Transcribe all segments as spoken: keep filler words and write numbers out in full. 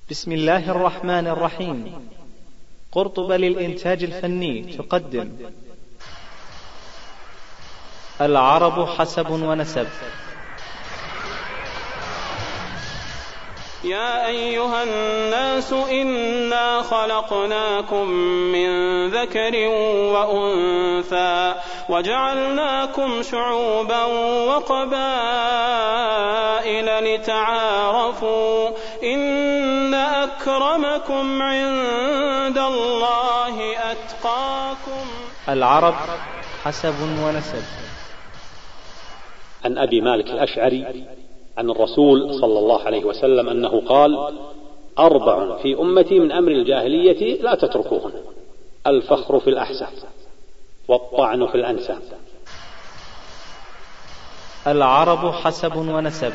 بسم الله الرحمن الرحيم. قرطبة للإنتاج الفني تقدم العرب حسب ونسب. يا أيها الناس إنا خلقناكم من ذكر وأنثى وجعلناكم شعوبا وقبائل لتعارفوا إن أكرمكم عند الله أتقاكم. العرب حسب ونسب. عن أبي مالك الأشعري عن الرسول صلى الله عليه وسلم أنه قال: أربع في أمتي من أمر الجاهلية لا تتركوهن: الفخر في الأحساب، والطعن في الأنساب. العرب حسب ونسب.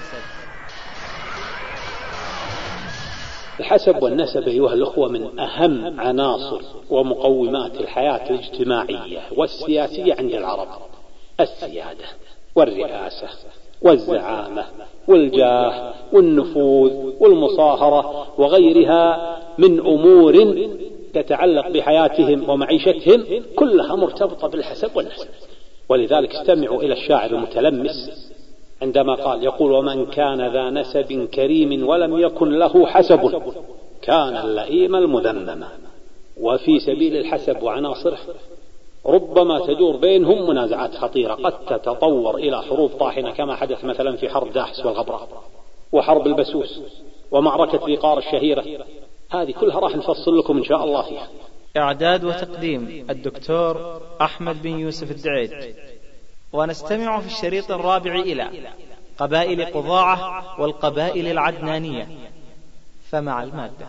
الحسب والنسب أيها الأخوة من أهم عناصر ومقومات الحياة الاجتماعية والسياسية عند العرب. السيادة والرئاسة والزعامة والجاه والنفوذ والمصاهرة وغيرها من أمور تتعلق بحياتهم ومعيشتهم كلها مرتبطة بالحسب والنسب. ولذلك استمعوا إلى الشاعر المتلمس عندما قال يقول: ومن كان ذا نسب كريم ولم يكن له حسب كان اللئيم المذمم. وفي سبيل الحسب وعناصره ربما تدور بينهم منازعات خطيرة قد تتطور إلى حروب طاحنة، كما حدث مثلا في حرب داحس والغبراء وحرب البسوس ومعركة ذي قار الشهيرة. هذه كلها راح نفصل لكم إن شاء الله فيها. إعداد وتقديم الدكتور أحمد بن يوسف الدعيج. ونستمع في الشريط الرابع إلى قبائل قضاعة والقبائل العدنانية، فمع المادة.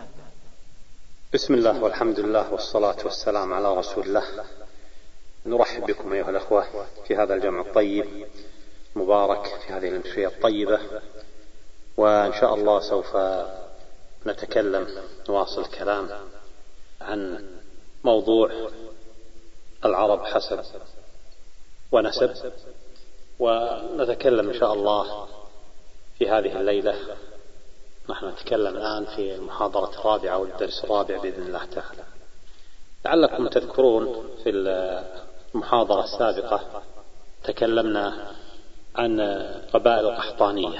بسم الله والحمد لله والصلاة والسلام على رسول الله. نرحب بكم أيها الأخوة في هذا الجمع الطيب مبارك في هذه الأمسية الطيبة، وإن شاء الله سوف نتكلم نواصل الكلام عن موضوع العرب حسب ونسب، ونتكلم إن شاء الله في هذه الليلة. نحن نتكلم الآن في المحاضرة الرابعة والدرس الرابع بإذن الله تعالى. لعلكم تذكرون في المحاضرة السابقة تكلمنا عن قبائل القحطانية،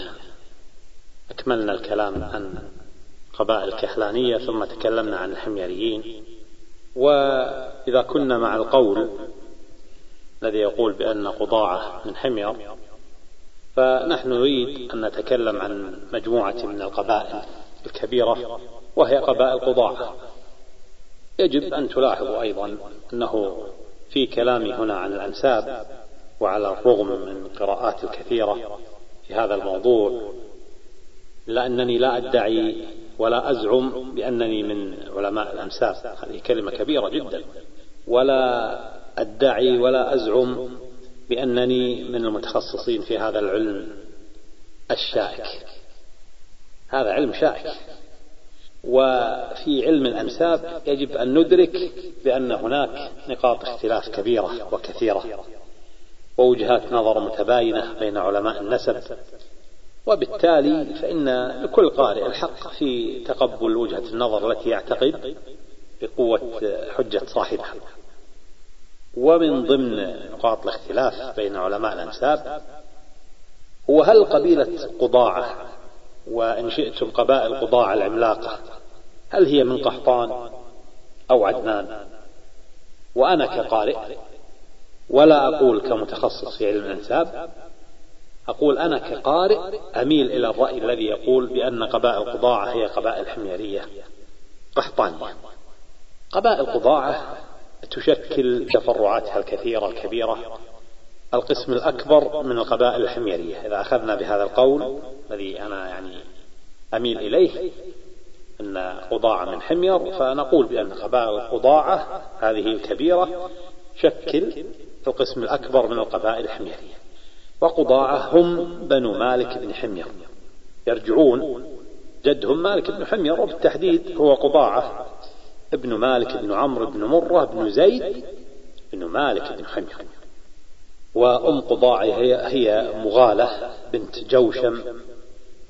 أكملنا الكلام عن قبائل الكحلانية، ثم تكلمنا عن الحميريين. وإذا كنا مع القول الذي يقول بأن قضاعة من حمير، فنحن نريد أن نتكلم عن مجموعة من القبائل الكبيرة وهي قبائل قضاعة. يجب أن تلاحظوا أيضا أنه في كلامي هنا عن الأنساب، وعلى الرغم من قراءات الكثيرة في هذا الموضوع، لأنني لا أدعي ولا أزعم بأنني من علماء الأنساب، هذه كلمة كبيرة جدا، ولا أدعي ولا أزعم بأنني من المتخصصين في هذا العلم الشائك. هذا علم شائك، وفي علم الأنساب يجب أن ندرك بأن هناك نقاط اختلاف كبيرة وكثيرة ووجهات نظر متباينة بين علماء النسب، وبالتالي فإن لكل قارئ الحق في تقبل وجهة النظر التي يعتقد بقوة حجة صاحبها. ومن ضمن نقاط الاختلاف بين علماء الأنساب هو هل قبيلة قضاعة، وإن شئتم قبائل قضاعة العملاقة، هل هي من قحطان أو عدنان؟ وأنا كقارئ، ولا أقول كمتخصص في علم الأنساب، أقول أنا كقارئ أميل إلى الرأي الذي يقول بأن قبائل قضاعة هي قبائل حميرية قحطانية. قبائل قضاعة تشكل تفرعاتها الكثيرة الكبيرة القسم الأكبر من القبائل الحميرية. إذا أخذنا بهذا القول الذي أنا يعني أميل إليه أن قضاعة من حمير، فنقول بأن قبائل قضاعة هذه الكبيرة شكل القسم الأكبر من القبائل الحميرية. وقضاعة هم بنو مالك بن حمير، يرجعون جدهم مالك بن حمير، وبالتحديد هو قضاعة ابن مالك بن عمرو بن مرة بن زيد بن مالك بن حمير. وأم قضاعة هي, هي مغالة بنت جوشم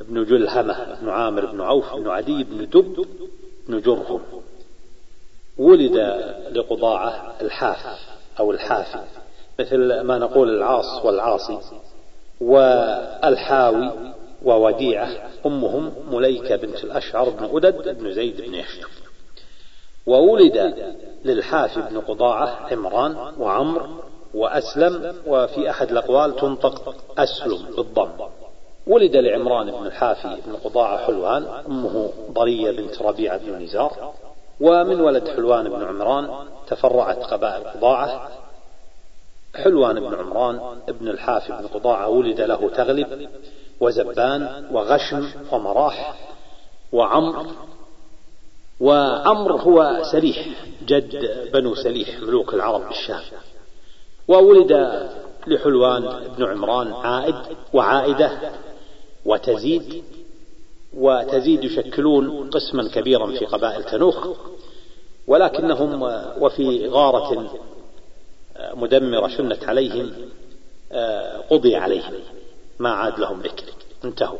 بن جلهمة بن عامر بن عوف بن عدي بن دب بن جرهم. ولد لقضاعة الحاف أو الحافي، مثل ما نقول العاص والعاصي، والحاوي ووديعة. أمهم مليكة بنت الأشعر بن أدد بن زيد بن يشتم. وولد للحافي بن قضاعة عمران وعمر وأسلم، وفي أحد الأقوال تنطق أسلم بالضم. ولد لعمران بن الحافي بن قضاعة حلوان، أمه ضرية بنت ربيعة بن نزار. ومن ولد حلوان بن عمران تفرعت قبائل قضاعة. حلوان بن عمران ابن الحافي بن قضاعة ولد له تغلب وزبان وغشم ومراح وعمر. وعمر هو سليح، جد بنو سليح ملوك العرب بالشام. وولد لحلوان بن عمران عائد وعائدة وتزيد. وتزيد يشكلون قسما كبيرا في قبائل تنوخ، ولكنهم وفي غارة مدمرة شنت عليهم قضي عليهم، ما عاد لهم ذكر، انتهوا.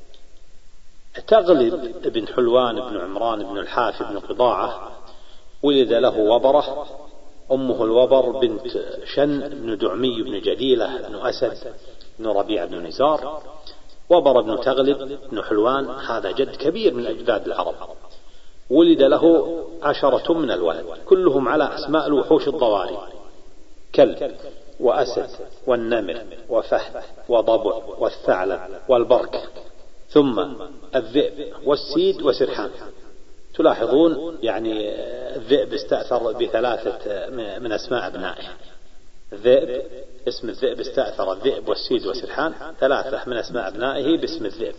تغلب بن حلوان بن عمران بن الحافي بن قضاعة ولد له وبرة، أمه الوبر بنت شن بن دعمي بن جديلة بن أسد بن ربيع بن نزار. وبر بن تغلب بن حلوان هذا جد كبير من أجداد العرب، ولد له عشرة من الولد، كلهم على أسماء الوحوش الضواري: كلب وأسد والنمر وفهد وضبع والثعلب والبرك، ثم الذئب والسيد وسرحان. تلاحظون يعني الذئب استأثر بثلاثة من أسماء أبنائه. الذئب، اسم الذئب استأثر الذئب والسيد وسرحان، ثلاثة من أسماء أبنائه باسم الذئب.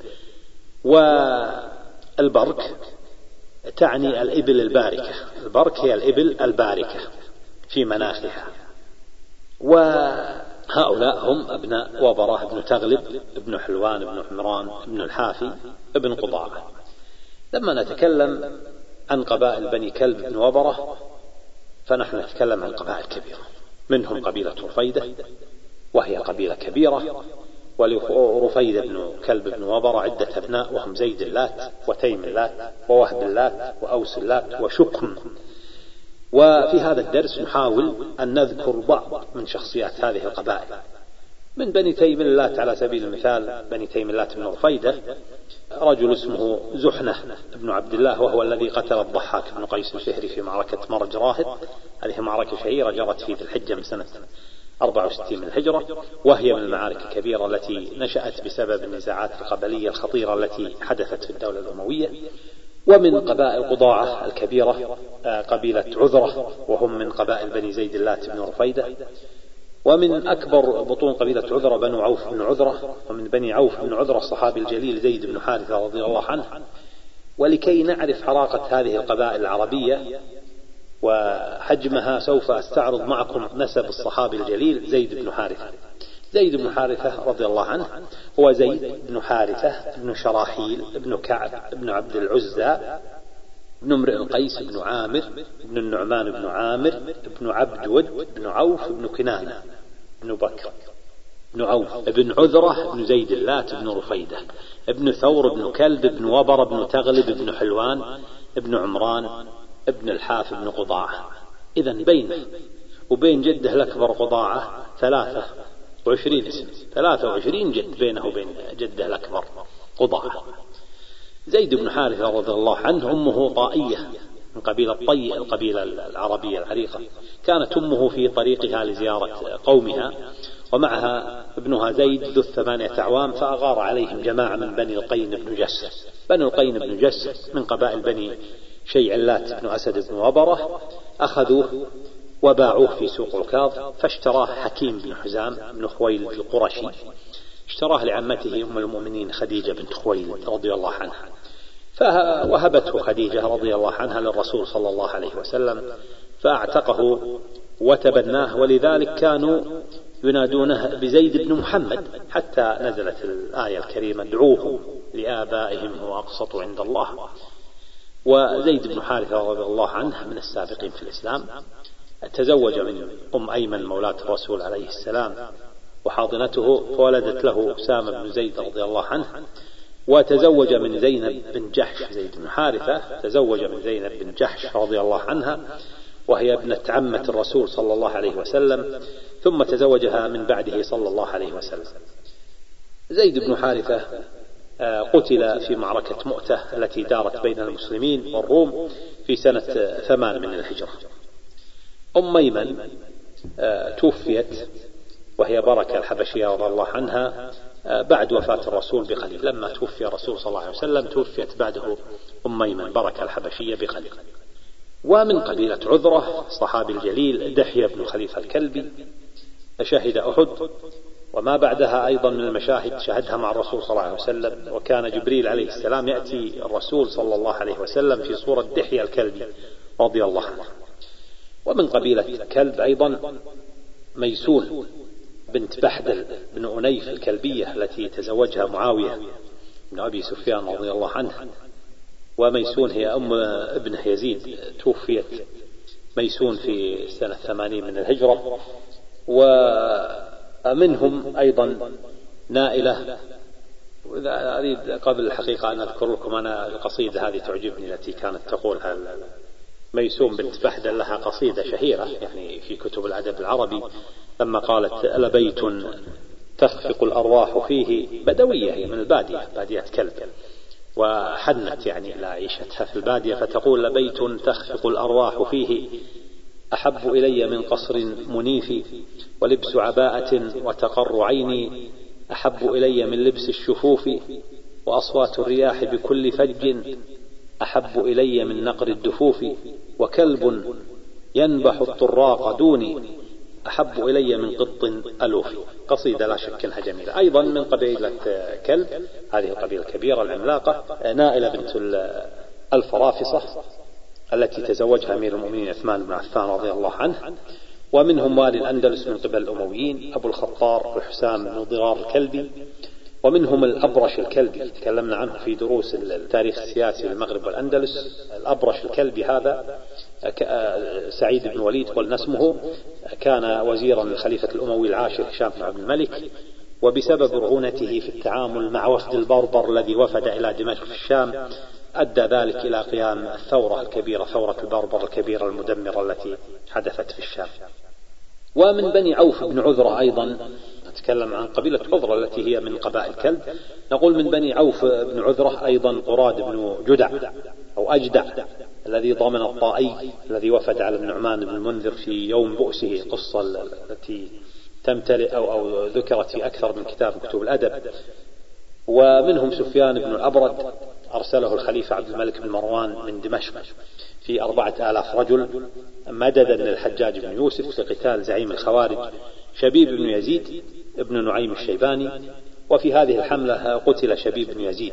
والبرك تعني الإبل الباركة، البرك هي الإبل الباركة في مناخها. وهؤلاء هم أبناء وبرة بن تغلب بن حلوان بن عمران بن الحافي بن قضاعة. لما نتكلم عن قبائل بني كلب بن وبرة فنحن نتكلم عن قبائل كبيرة، منهم قبيلة رفيدة وهي قبيلة كبيرة. ولرفيدة بن كلب بن وبرة عدة أبناء، وهم زيد اللات وتيم اللات ووهب اللات وأوس اللات وشقم. وفي هذا الدرس نحاول أن نذكر بعض من شخصيات هذه القبائل. من بني تيم اللات على سبيل المثال، بني تيم اللات بن رفيدة رجل اسمه زحنة بن عبد الله، وهو الذي قتل الضحاك بن قيس الفهري في معركة مرج راهد. هذه معركة شهيرة جرت في ذي الحجة من سنة أربعة وستين من الهجرة، وهي من المعارك الكبيرة التي نشأت بسبب النزاعات القبلية الخطيرة التي حدثت في الدولة الأموية. ومن قبائل قضاعة الكبيرة قبيلة عذرة، وهم من قبائل بني زيد اللات بن رفيدة. ومن أكبر بطون قبيلة عذرة بنو عوف بن عذرة، ومن بني عوف بن عذرة الصحابي الجليل زيد بن حارثة رضي الله عنه. ولكي نعرف حراقة هذه القبائل العربية وحجمها سوف أستعرض معكم نسب الصحابي الجليل زيد بن حارثة. زيد بن حارثة رضي الله عنه هو زيد بن حارثة بن شراحيل بن كعب بن عبد العزى بن امرئ القيس بن عامر بن النعمان بن عامر بن عبد ود بن عوف بن كنانة بن بكر بن عوف بن عذرة بن زيد اللات بن رفيدة بن ثور بن كلب بن وبر بن تغلب بن حلوان بن عمران بن الحاف بن قضاعة. إذن بينه وبين جده الأكبر قضاعة ثلاثة وعشرين اسم، ثلاثة وعشرين جد بينه وبين جده الأكبر قضاعة. زيد بن حارثة رضي الله عنه أمه طائية من قبيلة طي، القبيلة العربية العريقة. كانت أمه في طريقها لزيارة قومها، ومعها ابنها زيد ذو الثمانية أعوام، فأغار عليهم جماعة من بني القين بن جس. بني القين بن جس من قبائل بني شيعلات بن أسد بن وبرة، أخذوه وباعوه في سوق عكاظ، فاشتراه حكيم بن حزام بن خويلد القرشي، اشتراه لعمته أم المؤمنين خديجة بنت خويلد رضي الله عنها، فوهبته خديجة رضي الله عنها للرسول صلى الله عليه وسلم، فأعتقه وتبناه. ولذلك كانوا ينادونه بزيد بن محمد، حتى نزلت الآية الكريمة: ادعوه لآبائهم هو أقسط عند الله. وزيد بن حارثة رضي الله عنه من السابقين في الإسلام، تزوج من أم أيمن مولاة الرسول عليه السلام وحاضنته، فولدت له أسامة بن زيد رضي الله عنه. وتزوج من زينب بن جحش، زيد بن حارثة تزوج من زينب بن جحش رضي الله عنها، وهي ابنة عمة الرسول صلى الله عليه وسلم، ثم تزوجها من بعده صلى الله عليه وسلم. زيد بن حارثة قتل في معركة مؤتة التي دارت بين المسلمين والروم في سنة ثمان من الهجرة. أم أيمن توفيت وهي بركة الحبشية رضي الله عنها بعد وفاة الرسول بقليل، لما توفي الرسول صلى الله عليه وسلم توفيت بعده أم أيمن بركة الحبشية بقليل. ومن قبيلة عذرة الصحابي الجليل دحية بن خليفة الكلبي شهد أحد، وما بعدها أيضا من المشاهد شهدها مع الرسول صلى الله عليه وسلم، وكان جبريل عليه السلام يأتي الرسول صلى الله عليه وسلم في صورة دحية الكلبي رضي الله عنه. ومن قبيلة كلب أيضا ميسون بنت بحدل بن أنيف الكلبية التي تزوجها معاوية بن أبي سفيان رضي الله عنه، وميسون هي أم ابنه يزيد، توفيت ميسون في سنة ثمانين من الهجرة. ومنهم أيضا نائلة، وإذا أريد قبل الحقيقة أن أذكر لكم أنا القصيدة هذه تعجبني التي كانت تقولها ميسون بنت بحدل، لها قصيدة شهيرة يعني في كتب الأدب العربي لما قالت: لبيت تخفق الأرواح فيه، بدوية هي من البادية، بادية كلب، وحنت يعني إلى عيشتها في البادية، فتقول: لبيت تخفق الأرواح فيه أحب إلي من قصر منيف، ولبس عباءة وتقر عيني أحب إلي من لبس الشفوف، وأصوات الرياح بكل فج أحب إلي من نقر الدفوف، وكلب ينبح الطراق دوني أحب إلي من قط ألوف. قصيدة لا شك أنها جميلة. أيضا من قبيلة كلب، هذه القبيلة الكبيرة العملاقة، نائلة بنت الفرافصة التي تزوجها أمير المؤمنين عثمان بن عفان رضي الله عنه. ومنهم والي الأندلس من قبل الأمويين أبو الخطار الحسام بن ضرار الكلبي. ومنهم الأبرش الكلبي، تكلمنا عنه في دروس التاريخ السياسي للمغرب والأندلس. الأبرش الكلبي هذا سعيد بن وليد قلنا اسمه، كان وزيرا للخليفة الأموي العاشر هشام بن عبد الملك، وبسبب رعونته في التعامل مع وفد البربر الذي وفد إلى دمشق في الشام أدى ذلك إلى قيام الثورة الكبيرة، ثورة البربر الكبيرة المدمرة التي حدثت في الشام. ومن بني عوف بن عذرة أيضا، نتكلم عن قبيلة عذرة التي هي من قبائل كلب، نقول من بني عوف بن عذرة أيضا قراد بن جدع أو أجدع الذي ضمن الطائي الذي وفد على النعمان بن المنذر في يوم بؤسه، قصة التي تمتلئ أو, أو ذكرت في أكثر من كتاب من كتب الأدب. ومنهم سفيان بن الأبرد أرسله الخليفة عبد الملك بن مروان من دمشق في أربعة آلاف رجل مددا للحجاج بن يوسف لقتال زعيم الخوارج شبيب بن يزيد ابن نعيم الشيباني. وفي هذه الحملة قتل شبيب بن يزيد،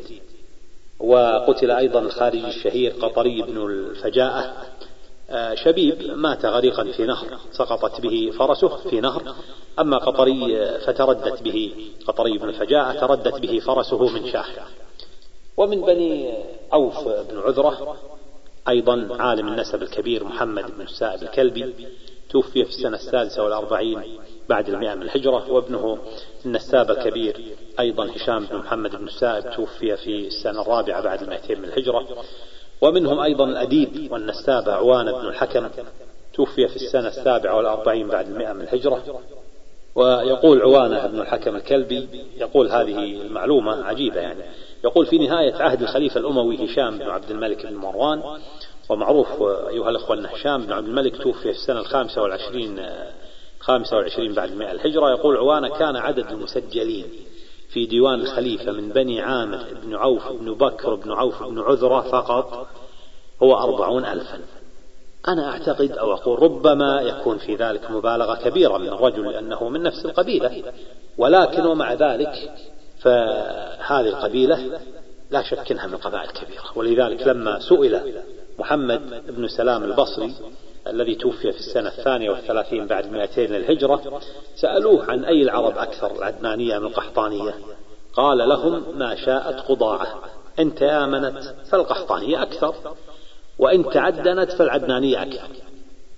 وقتل أيضا الخارجي الشهير قطري بن الفجاءة. شبيب مات غريقا في نهر، سقطت به فرسه في نهر، أما قطري فتردت به، قطري بن الفجاءة تردت به فرسه من شاح. ومن بني عوف بن عذرة أيضا عالم النسب الكبير محمد بن السائب الكلبي، توفي في السنة السادسة والأربعين بعد المئة من الهجرة. وابنه النساب الكبير أيضا هشام بن محمد بن السائب، توفي في السنة الرابعة بعد المئتين من الهجرة. ومنهم أيضا الأديب والنساب عوان بن الحكم، توفي في السنة السابعة والأربعين بعد المئة من الهجرة. ويقول عوانة بن الحكم الكلبي، يقول هذه المعلومة عجيبة يعني، يقول: في نهاية عهد الخليفة الأموي هشام بن عبد الملك بن مروان، ومعروف أيها الأخوة أن هشام بن عبد الملك توفي في السنة الخامسة والعشرين خامسة والعشرين بعد المئة الهجرة. يقول عوانة: كان عدد المسجلين في ديوان الخليفة من بني عامر بن عوف بن بكر بن عوف بن عذرة فقط هو أربعون ألفا. أنا أعتقد أو أقول ربما يكون في ذلك مبالغة كبيرة من الرجل لأنه من نفس القبيلة، ولكن ومع ذلك فهذه القبيلة لا شك أنها من القبائل الكبيرة. ولذلك لما سئل محمد بن سلام البصري الذي توفي في السنة الثانية والثلاثين بعد مئتين للهجرة، سألوه عن أي العرب أكثر، العدنانية من القحطانية؟ قال لهم: ما شاءت قضاعة، إن تآمنت فالقحطانية أكثر، وإن تعدنت فالعدنانية أكثر.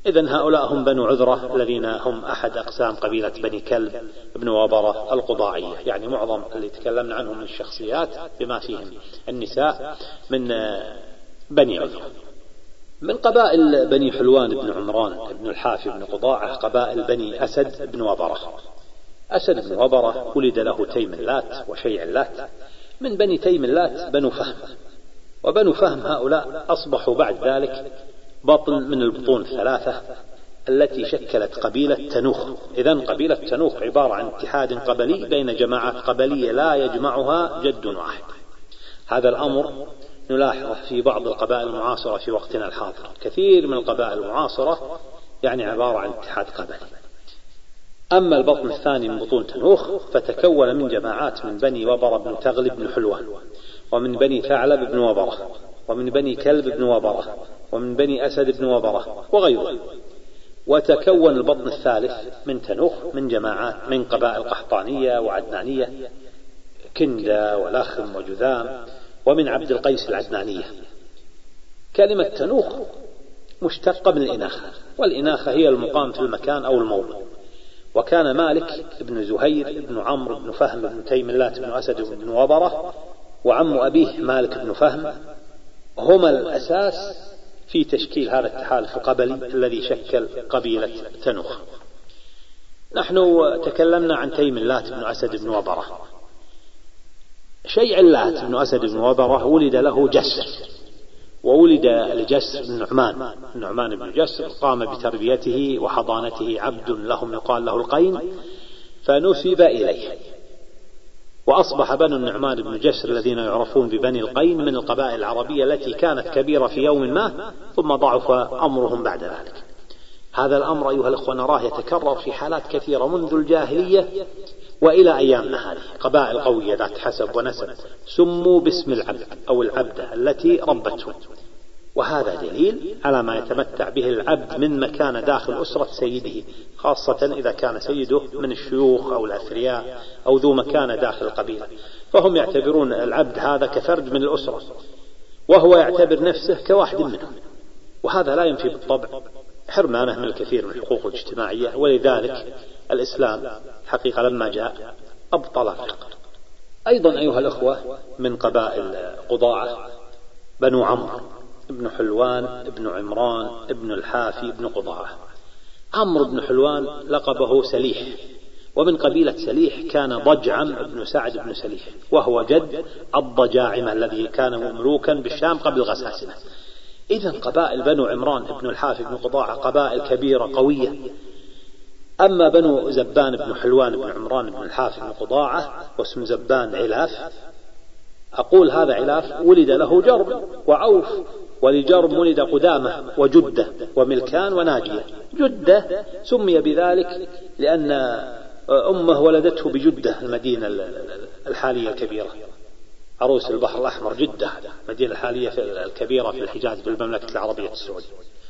إذن هؤلاء هم بنو عذرة الذين هم أحد أقسام قبيلة بني كلب بن وبرة القضاعية، يعني معظم اللي تكلمنا عنهم من الشخصيات بما فيهم النساء من بني عذرة. من قبائل بني حلوان بن عمران بن الحافي بن قضاعة قبائل بني أسد بن وبرة. أسد بن وبرة ولد له تيم اللات وشيع اللات. من بني تيم اللات بنو فهم، وبنو فهم هؤلاء أصبحوا بعد ذلك بطن من البطون الثلاثة التي شكلت قبيلة تنوخ. إذن قبيلة تنوخ عبارة عن اتحاد قبلي بين جماعات قبلية لا يجمعها جد واحد. هذا الأمر نلاحظه في بعض القبائل المعاصرة في وقتنا الحاضر. كثير من القبائل المعاصرة يعني عبارة عن اتحاد قبلي. أما البطن الثاني من بطون تنوخ فتكون من جماعات من بني وبرة بن تغلب بن حلوان، ومن بني ثعلب بن وبرة، ومن بني كلب بن وبرة، ومن بني أسد بن وبرة وغيره. وتكون البطن الثالث من تنوخ من جماعات من قبائل قحطانية وعدنانية، كندة ولخم وجذام، ومن عبد القيس العدنانية. كلمة تنوخ مشتقة من الإناخة، والإناخة هي المقام في المكان أو الموضع. وكان مالك بن زهير بن عمرو بن فهم بن تيم اللات بن أسد بن وبرة وعم أبيه مالك بن فهم هما الأساس في تشكيل هذا التحالف القبلي الذي شكل قبيلة تنوخ. نحن تكلمنا عن تيم اللات بن أسد بن وبرة. شيع اللات بن أسد بن وبرة ولد له جسر، وولد لجسر بن نعمان. النعمان بن جسر قام بتربيته وحضانته عبد لهم يقال له القين، فنسب إليه، وأصبح بنو النعمان بن جسر الذين يعرفون ببني القين من القبائل العربية التي كانت كبيرة في يوم ما ثم ضعف أمرهم بعد ذلك. هذا الأمر أيها الأخوة نراه يتكرر في حالات كثيرة منذ الجاهلية وإلى أيامنا هذه. قبائل قوية ذات حسب ونسب سموا باسم العبد أو العبدة التي ربتهم، وهذا دليل على ما يتمتع به العبد من مكان داخل أسرة سيده، خاصة إذا كان سيده من الشيوخ أو الأثرياء أو ذو مكان داخل القبيلة، فهم يعتبرون العبد هذا كفرد من الأسرة، وهو يعتبر نفسه كواحد منهم. وهذا لا ينفي بالطبع حرمانه من الكثير من الحقوق الاجتماعية، ولذلك الإسلام حقيقة لما جاء أبطل الفقر. أيضا أيها الأخوة من قبائل قضاعة بنو عمرو ابن حلوان ابن عمران ابن الحافي ابن قضاعة. عمرو بن حلوان لقبه سليح، ومن قبيلة سليح كان ضجعم ابن سعد بن سليح، وهو جد الضجاعمة الذي كان مملوكا بالشام قبل الغساسنة. إذن قبائل بنو عمران ابن الحافي ابن قضاعة قبائل كبيرة قوية. أما بنو زبان بن حلوان بن عمران بن الحافي بن قضاعة واسم زبان علاف، أقول هذا علاف ولد له جرب وعوف، ولجرب ولد قدامة وجدة وملكان وناجية. جدة سمي بذلك لأن أمه ولدته بجدة المدينة الحالية الكبيرة، عروس البحر الأحمر جدة، مدينة الحالية الكبيرة في الحجاز بالمملكة العربية السعودية.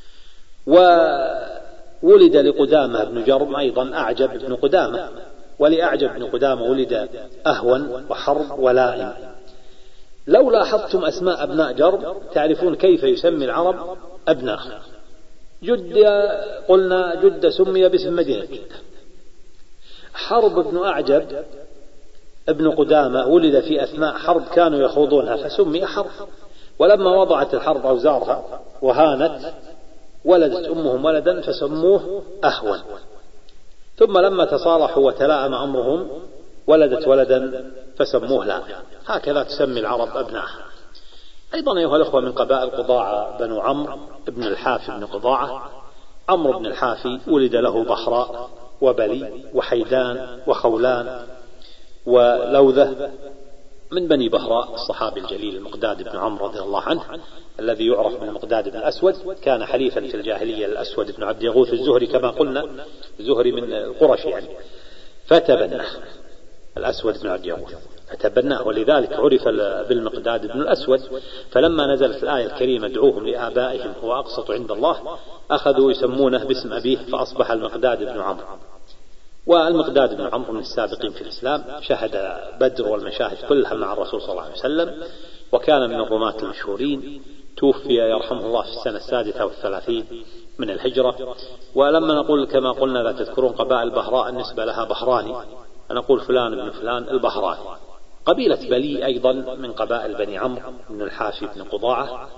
وولد لقدامة بن جرب أيضا أعجب بن قدامة، ولأعجب بن قدامة ولد أهون وحرب ولائم. لو لاحظتم أسماء أبناء جرب تعرفون كيف يسمي العرب أبناء. جدة قلنا جدة سمي باسم مدينة جدة. حرب بن أعجب ابن قدامة ولد في أثناء حرب كانوا يخوضونها فسمي حرب، ولما وضعت الحرب أوزارها وهانت ولدت أمهم ولدا فسموه أهون، ثم لما تصالحوا وتلائم أمرهم ولدت ولدا فسموه لا. هكذا تسمي العرب أبنائها. أيضا أيها الأخوة من قبائل قضاعة بنو عمرو ابن الحافي بن قضاعة. عمرو بن الحافي ولد له بحراء وبلي وحيدان وخولان ولوذة. من بني بهراء الصحابي الجليل المقداد بن عمرو رضي الله عنه الذي يعرف بالمقداد بن الأسود، كان حليفا في الجاهلية الأسود بن عبد يغوث الزهري كما قلنا، الزهري من القرش يعني، فتبناه الأسود بن عبد يغوث فتبناه، ولذلك عرف بالمقداد بن الأسود. فلما نزلت الآية الكريمة ادعوهم لآبائهم هو أقسط عند الله أخذوا يسمونه باسم أبيه فأصبح المقداد بن عمرو. والمقداد بن عمرو من السابقين في الإسلام، شهد بدر والمشاهد كلها مع الرسول صلى الله عليه وسلم، وكان من الرماة المشهورين، توفي يرحمه الله في السنة السادسة والثلاثين من الهجرة. ولما نقول كما قلنا لا تذكرون قبائل بهراء النسبة لها بهراني، نقول فلان ابن فلان البهراني. قبيلة بلي أيضا من قبائل بني عمرو بن الحافي بن قضاعة،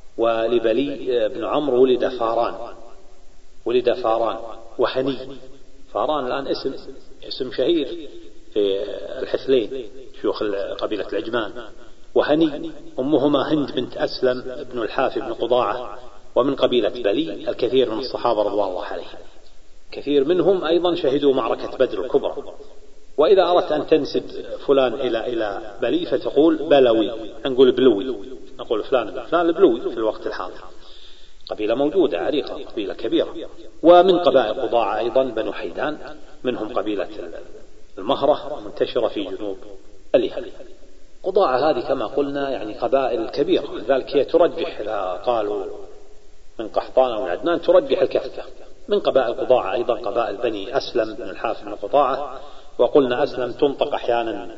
ولبلي بن عمرو ولد فاران ولد فاران وهني. فاران الآن اسم اسم شهير في الحثلين شيوخ قبيلة العجمان. وهني أمهما هند بنت أسلم بن الحافي بن قضاعة، ومن قبيلة بلي الكثير من الصحابة رضوان الله عليهم، كثير منهم أيضا شهدوا معركة بدر الكبرى. وإذا أردت أن تنسب فلان إلى إلى بلي فتقول بلوي، نقول بلوي، نقول فلان فلان البلوي في الوقت الحاضر. قبيلة موجودة عريقة، قبيلة كبيرة. ومن قبائل قضاعة أيضا بنو حيدان، منهم قبيلة المهرة منتشرة في جنوب اليهل. قضاعة هذه كما قلنا يعني قبائل كبيرة، لذلك هي ترجح إذا قالوا من قحطان أو من عدنان ترجح الكفة. من قبائل قضاعة أيضا قبائل بني أسلم بن الحافي بن قضاعة، وقلنا أسلم تنطق أحيانا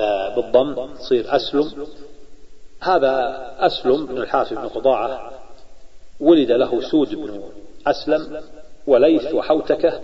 بالضم تصير أسلم. هذا أسلم بن الحافي بن قضاعة ولد له سود بن أسلم وليث وحوتكة،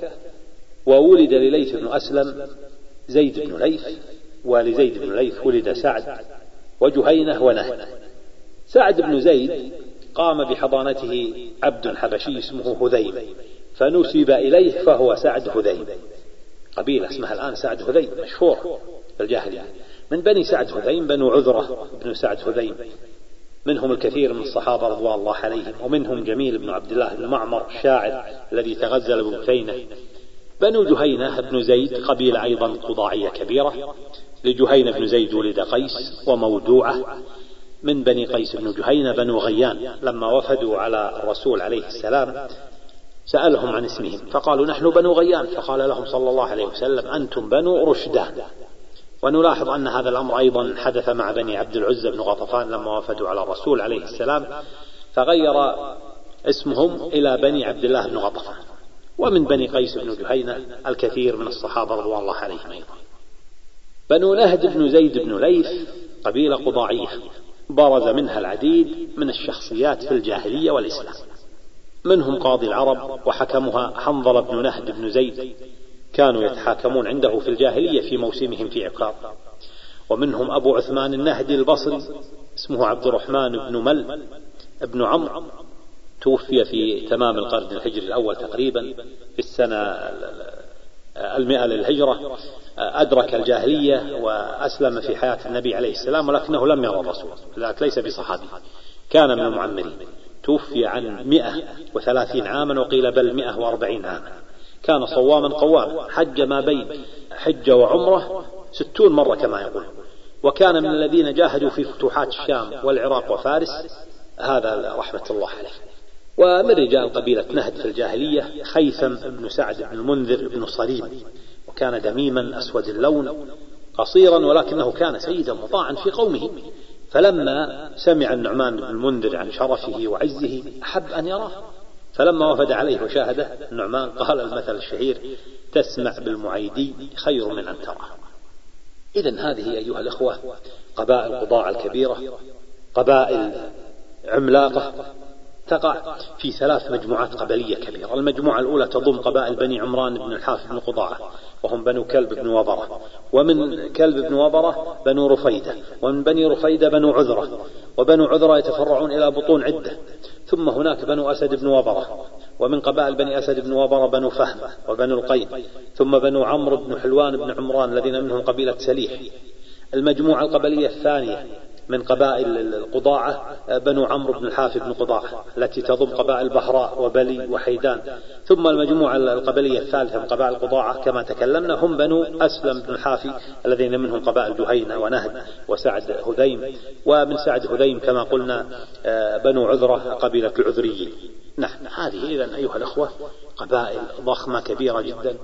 وولد لليث بن أسلم زيد بن ليث، ولزيد بن ليث ولد سعد وجهينة ونهد. سعد بن زيد قام بحضانته عبد حبشي اسمه هذيم فنسب إليه فهو سعد هذيم. قبيلة اسمها الآن سعد هذيم مشهور في الجاهلية. من بني سعد هذيم بنو عذرة بن سعد هذيم، منهم الكثير من الصحابة رضوان الله عليهم، ومنهم جميل بن عبد الله بن معمر الشاعر الذي تغزل ببثينة. بنو جهينة بن زيد قبيلة أيضا قضاعية كبيرة. لجهينة بن زيد ولد قيس ومودوعة. من بني قيس بن جهينة بنو غيان، لما وفدوا على الرسول عليه السلام سألهم عن اسمهم فقالوا نحن بنو غيان، فقال لهم صلى الله عليه وسلم أنتم بنو رشدان. ونلاحظ أن هذا الأمر أيضا حدث مع بني عبد العزى بن غطفان لما وفدوا على الرسول عليه السلام، فغير اسمهم إلى بني عبد الله بن غطفان. ومن بني قيس بن جهينة الكثير من الصحابة رضوان الله عليهم أيضا. بنو نهد بن زيد بن ليث قبيلة قضاعية برز منها العديد من الشخصيات في الجاهلية والإسلام. منهم قاضي العرب وحكمها حنظلة بن نهد بن زيد، كانوا يتحاكمون عنده في الجاهلية في موسمهم في عكاظ. ومنهم أبو عثمان النهدي البصري اسمه عبد الرحمن بن مل بن عمرو، توفي في تمام القرن الهجري الأول تقريبا في السنة المئة للهجرة. أدرك الجاهلية وأسلم في حياة النبي عليه السلام، ولكنه لم يرى الرسول، لذلك ليس بصحابي، كان من المعمرين. توفي عن مئة وثلاثين عاما وقيل بل مئة وأربعين عاما. كان صواما قواما، حج ما بين حجة وعمرة ستون مرة كما يقول. وكان من الذين جاهدوا في فتوحات الشام والعراق وفارس، هذا رحمة الله عليه. ومن رجال قبيلة نهد في الجاهلية خيثم بن سعد بن المنذر بن صريم، وكان دميما أسود اللون قصيرا، ولكنه كان سيدا مطاعا في قومه. فلما سمع النعمان بن المنذر عن شرفه وعزه أحب أن يراه، فلما وفد عليه وشاهده النعمان قال المثل الشهير تسمع بالمعيدي خير من أن تراه. إذن هذه أيها الأخوة قبائل قضاع الكبيرة، قبائل عملاقة تقع في ثلاث مجموعات قبلية كبيرة. المجموعة الأولى تضم قبائل بني عمران بن الحافي بن قضاعة، وهم بنو كلب بن وبرة، ومن كلب بن وبرة بنو رفيدة، ومن بني رفيدة بنو عذرة، وبنو عذرة يتفرعون إلى بطون عدة. ثم هناك بنو أسد بن وبرة، ومن قبائل بني أسد بن وبرة بنو فهم وبنو القين، ثم بنو عمرو بن حلوان بن عمران الذين منهم قبيلة سليح. المجموعة القبلية الثانية من قبائل القضاعة بنو عمرو بن الحافي بن قضاعة التي تضم قبائل بهراء وبلي وحيدان. ثم المجموعة القبلية الثالثة من قبائل القضاعة كما تكلمنا هم بنو أسلم بن الحافي الذين منهم قبائل جهينة ونهد وسعد هذيم. ومن سعد هذيم كما قلنا بنو عذرة قبيلة العذريين. نحن هذه إذن أيها الأخوة قبائل ضخمة كبيرة جدا.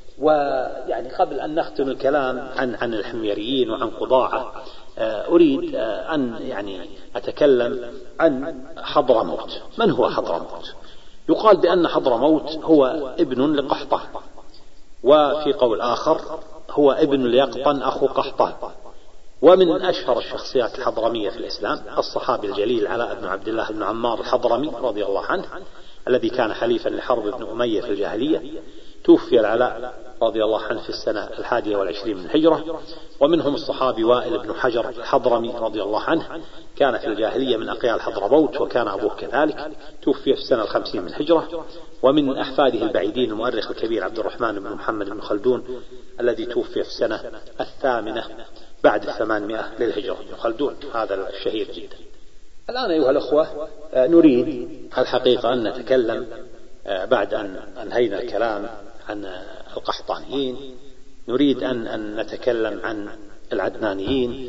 ويعني قبل أن نختم الكلام عن عن الحميريين وعن قضاعة أريد أن يعني أتكلم عن حضرموت. من هو حضرموت؟ يقال بأن حضرموت هو ابن لقحطان، وفي قول آخر هو ابن ليقطن أخو قحطان، ومن أشهر الشخصيات الحضرمية في الإسلام الصحابي الجليل علاء بن عبد الله بن عمار الحضرمي رضي الله عنه، الذي كان حليفا لحرب بن أمية في الجاهلية. توفي العلاء رضي الله عنه في السنة الحادية والعشرين من الهجرة. ومنهم الصحابي وائل بن حجر الحضرمي رضي الله عنه، كان في الجاهلية من أقيال حضرموت وكان أبوه كذلك، توفي في السنة الخمسين من الهجرة. ومن أحفاده البعيدين المؤرخ الكبير عبد الرحمن بن محمد بن خلدون الذي توفي في السنة الثامنة بعد الثمانمائة للهجرة. ابن خلدون هذا الشهير جدا. الآن أيها الأخوة نريد الحقيقة أن نتكلم بعد أن أنهينا الكلام عن القحطانيين، نريد أن, أن نتكلم عن العدنانيين.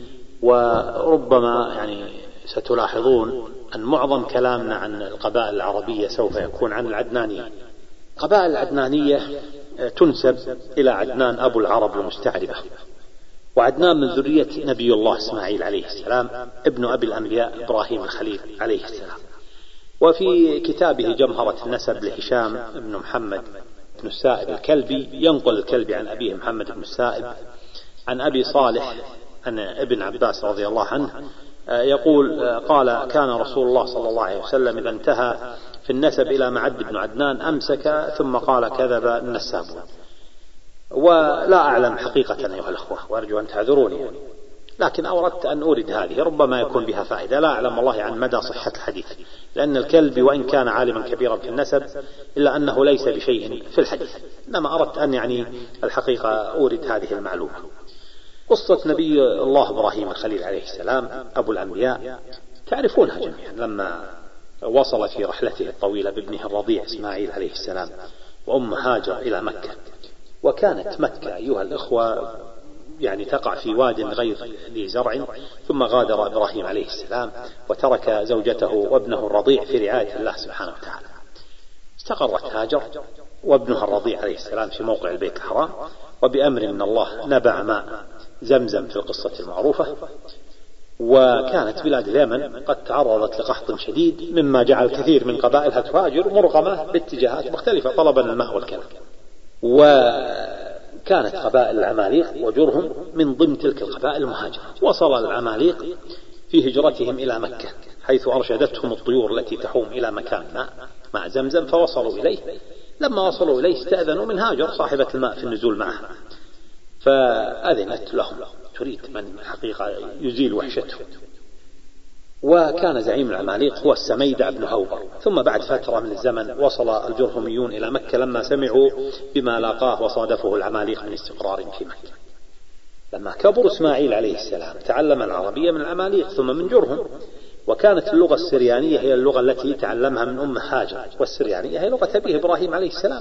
وربما يعني ستلاحظون أن معظم كلامنا عن القبائل العربية سوف يكون عن العدنانيين. القبائل العدنانية تنسب إلى عدنان أبو العرب المستعربة، وعدنان من ذرية نبي الله إسماعيل عليه السلام ابن أبي الأنبياء إبراهيم الخليل عليه السلام. وفي كتابه جمهرة النسب لهشام بن محمد بن السائب الكلبي ينقل الكلبي عن أبيه محمد بن السائب عن أبي صالح عن ابن عباس رضي الله عنه يقول قال كان رسول الله صلى الله عليه وسلم إذا انتهى في النسب إلى معد بن عدنان أمسك ثم قال كذب النسابون. ولا أعلم حقيقة أيها الأخوة وأرجو أن تعذروني يعني، لكن أردت أن أورد هذه ربما يكون بها فائدة. لا أعلم والله عن مدى صحة الحديث، لأن الكلبي وإن كان عالما كبيرا في النسب إلا أنه ليس بشيء في الحديث، إنما أردت أن يعني الحقيقة أورد هذه المعلومة. قصة نبي الله إبراهيم الخليل عليه السلام أبو الأنبياء تعرفونها جميعا، لما وصل في رحلته الطويلة بابنه الرضيع إسماعيل عليه السلام وأم هاجر إلى مكة. وكانت مكة أيها الأخوة يعني تقع في واد غير ذي زرع، ثم غادر إبراهيم عليه السلام وترك زوجته وابنه الرضيع في رعاية الله سبحانه وتعالى. استقرت هاجر وابنها الرضيع عليه السلام في موقع البيت الحرام، وبأمر من الله نبع ماء زمزم في القصة المعروفة. وكانت بلاد اليمن قد تعرضت لقحط شديد، مما جعل كثير من قبائلها تهاجر مرغمة باتجاهات مختلفة طلبا الماء والكلام. وكانت قبائل العماليق وجرهم من ضمن تلك القبائل المهاجرة. وصل العماليق في هجرتهم إلى مكة حيث أرشدتهم الطيور التي تحوم إلى مكان ماء ماء زمزم، فوصلوا إليه. لما وصلوا إليه استأذنوا من هاجر صاحبة الماء في النزول معها، فأذنت لهم، تريد من حقيقة يزيل وحشتهم. وكان زعيم العماليق هو السميدع بن هوبر. ثم بعد فترة من الزمن وصل الجرهميون إلى مكة لما سمعوا بما لاقاه وصادفه العماليق من استقرار في مكة. لما كبر إسماعيل عليه السلام تعلم العربية من العماليق ثم من جرهم، وكانت اللغة السريانية هي اللغة التي تعلمها من أم هاجر، والسريانية هي لغة أبيه إبراهيم عليه السلام.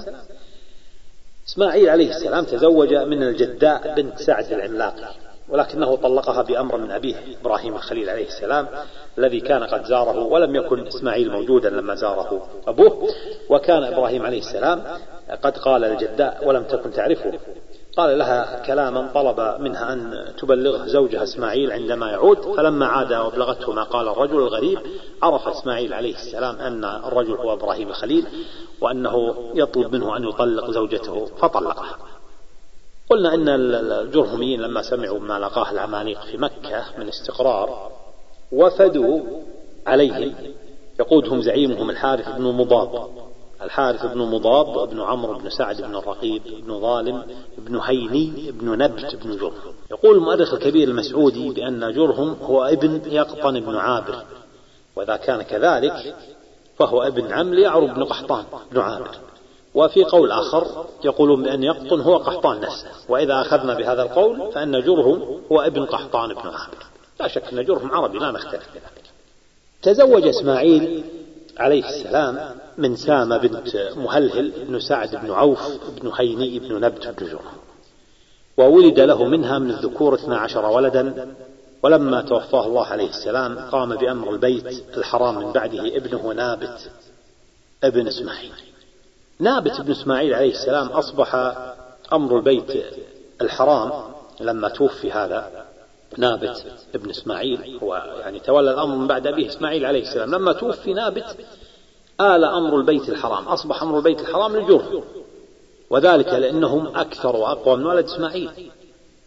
إسماعيل عليه السلام تزوج من الجداء بنت سعد العملاقي، ولكنه طلقها بأمر من أبيه إبراهيم الخليل عليه السلام الذي كان قد زاره، ولم يكن إسماعيل موجودا لما زاره أبوه. وكان إبراهيم عليه السلام قد قال للجداء ولم تكن تعرفه، قال لها كلاما طلب منها أن تبلغه زوجها إسماعيل عندما يعود. فلما عاد وابلغته ما قال الرجل الغريب، عرف إسماعيل عليه السلام أن الرجل هو إبراهيم الخليل، وأنه يطلب منه أن يطلق زوجته فطلقها. قلنا إن الجرهميين لما سمعوا ما لقاه العماليق في مكة من استقرار وفدوا عليهم، يقودهم زعيمهم الحارث بن مضاد. الحارث بن مضاد بن عمرو بن سعد بن الرقيب بن ظالم بن هيني بن نبت بن جرهم. يقول المؤرخ الكبير المسعودي بأن جرهم هو ابن يقطن بن عابر، وإذا كان كذلك فهو ابن عم ليعرب بن قحطان بن عابر. وفي قول آخر يقولون بأن يقطن هو قحطان نفسه، وإذا أخذنا بهذا القول فإن جرهم هو ابن قحطان بن عابر. لا شك أن جرهم عربي، لا نختلف بذلك. تزوج إسماعيل عليه السلام من سامة بنت مهلهل بن سعد بن عوف بن هيني بن نبت بن جرهم، وولد له منها من الذكور اثنا عشر ولدا. ولما توفاه الله عليه السلام قام بأمر البيت الحرام من بعده ابنه نابت ابن إسماعيل. نابت ابن إسماعيل عليه السلام أصبح أمر البيت الحرام لما توفي هذا نابت ابن إسماعيل، هو يعني تولى الأمر من بعد أبيه إسماعيل عليه السلام. لما توفي نابت آل أمر البيت الحرام، أصبح أمر البيت الحرام للجرهم، وذلك لأنهم أكثر وأقوى من ولد إسماعيل.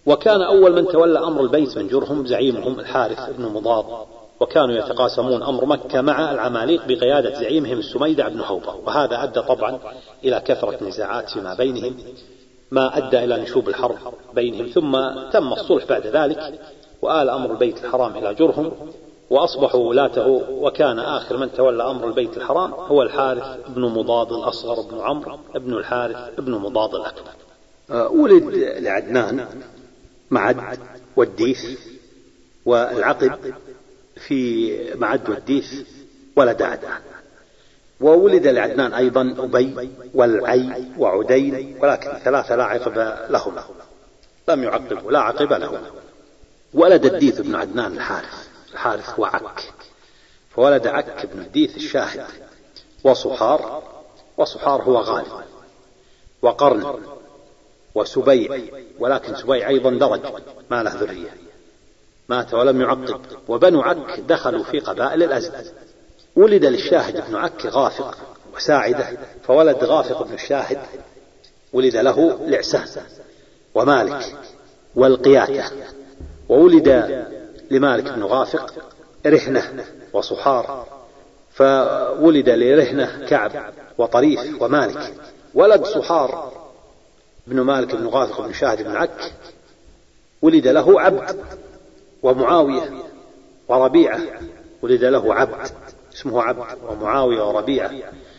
وكان أول من تولى أمر البيت من جرهم زعيمهم الحارث بن مضاد، وكانوا يتقاسمون أمر مكة مع العماليق بقيادة زعيمهم السميدع بن حوبة، وهذا أدى طبعا إلى كثرة نزاعات فيما بينهم، ما أدى إلى نشوب الحرب بينهم. ثم تم الصلح بعد ذلك، وآل أمر البيت الحرام إلى جرهم وأصبحوا ولاته، وكان آخر من تولى أمر البيت الحرام هو الحارث بن مضاد الأصغر بن عمرو بن الحارث بن مضاد الأكبر. ولد لعدنان معد والديث والعقب في معد والديث ولد عدنان. وولد لعدنان أيضا أبي والعي وعدين، ولكن ثلاثة لا عقب لهما، لم يعقبوا لا عقب لهما. ولد الديث بن عدنان الحارث، الحارث هو عك، فولد عك بن الديث الشاهد، وصحار، وصحار هو غالب، وقرن، وسبيع، ولكن سبيع أيضا درج ما له ذرية، مات ولم يعقب. وبنو عك دخلوا في قبائل الأزد. ولد للشاهد بن عك غافق وساعدة، فولد غافق بن الشاهد ولد له لعسان ومالك والقياتة. وولد لمالك بن غافق رهنة وصحار، فولد لرهنة كعب وطريف ومالك. ولد صحار بن مالك بن غافق بن شاهد بن عك ولد له عبد، ومعاوية وربيعة ولد له عبد اسمه عبد، ومعاوية وربيعة.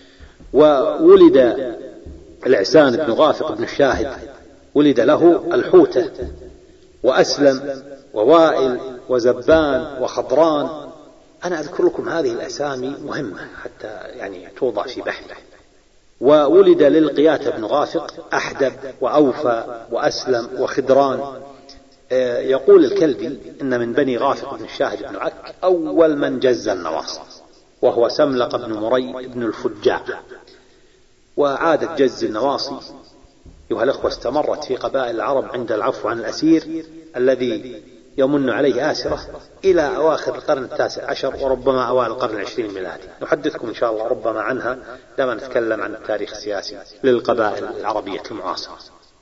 وولد العسان بن غافق بن الشاهد ولد له الحوتة وأسلم ووائل وزبان وخضران. أنا أذكر لكم هذه الأسامي مهمة حتى يعني توضع في بحثه. وولد للقياتة بن غافق أحدب وأوفى وأسلم وخضران. يقول الكلبي إن من بني غافق بن الشاهد بن عك أول من جز النواصي، وهو سملق بن مري بن الفجاع. وعادة جز النواصي أيها الأخوة استمرت في قبائل العرب عند العفو عن الأسير الذي يمن عليه آسرة إلى أواخر القرن التاسع عشر، وربما أوائل القرن العشرين الميلادي. نحدثكم إن شاء الله ربما عنها لما نتكلم عن التاريخ السياسي للقبائل العربية المعاصرة.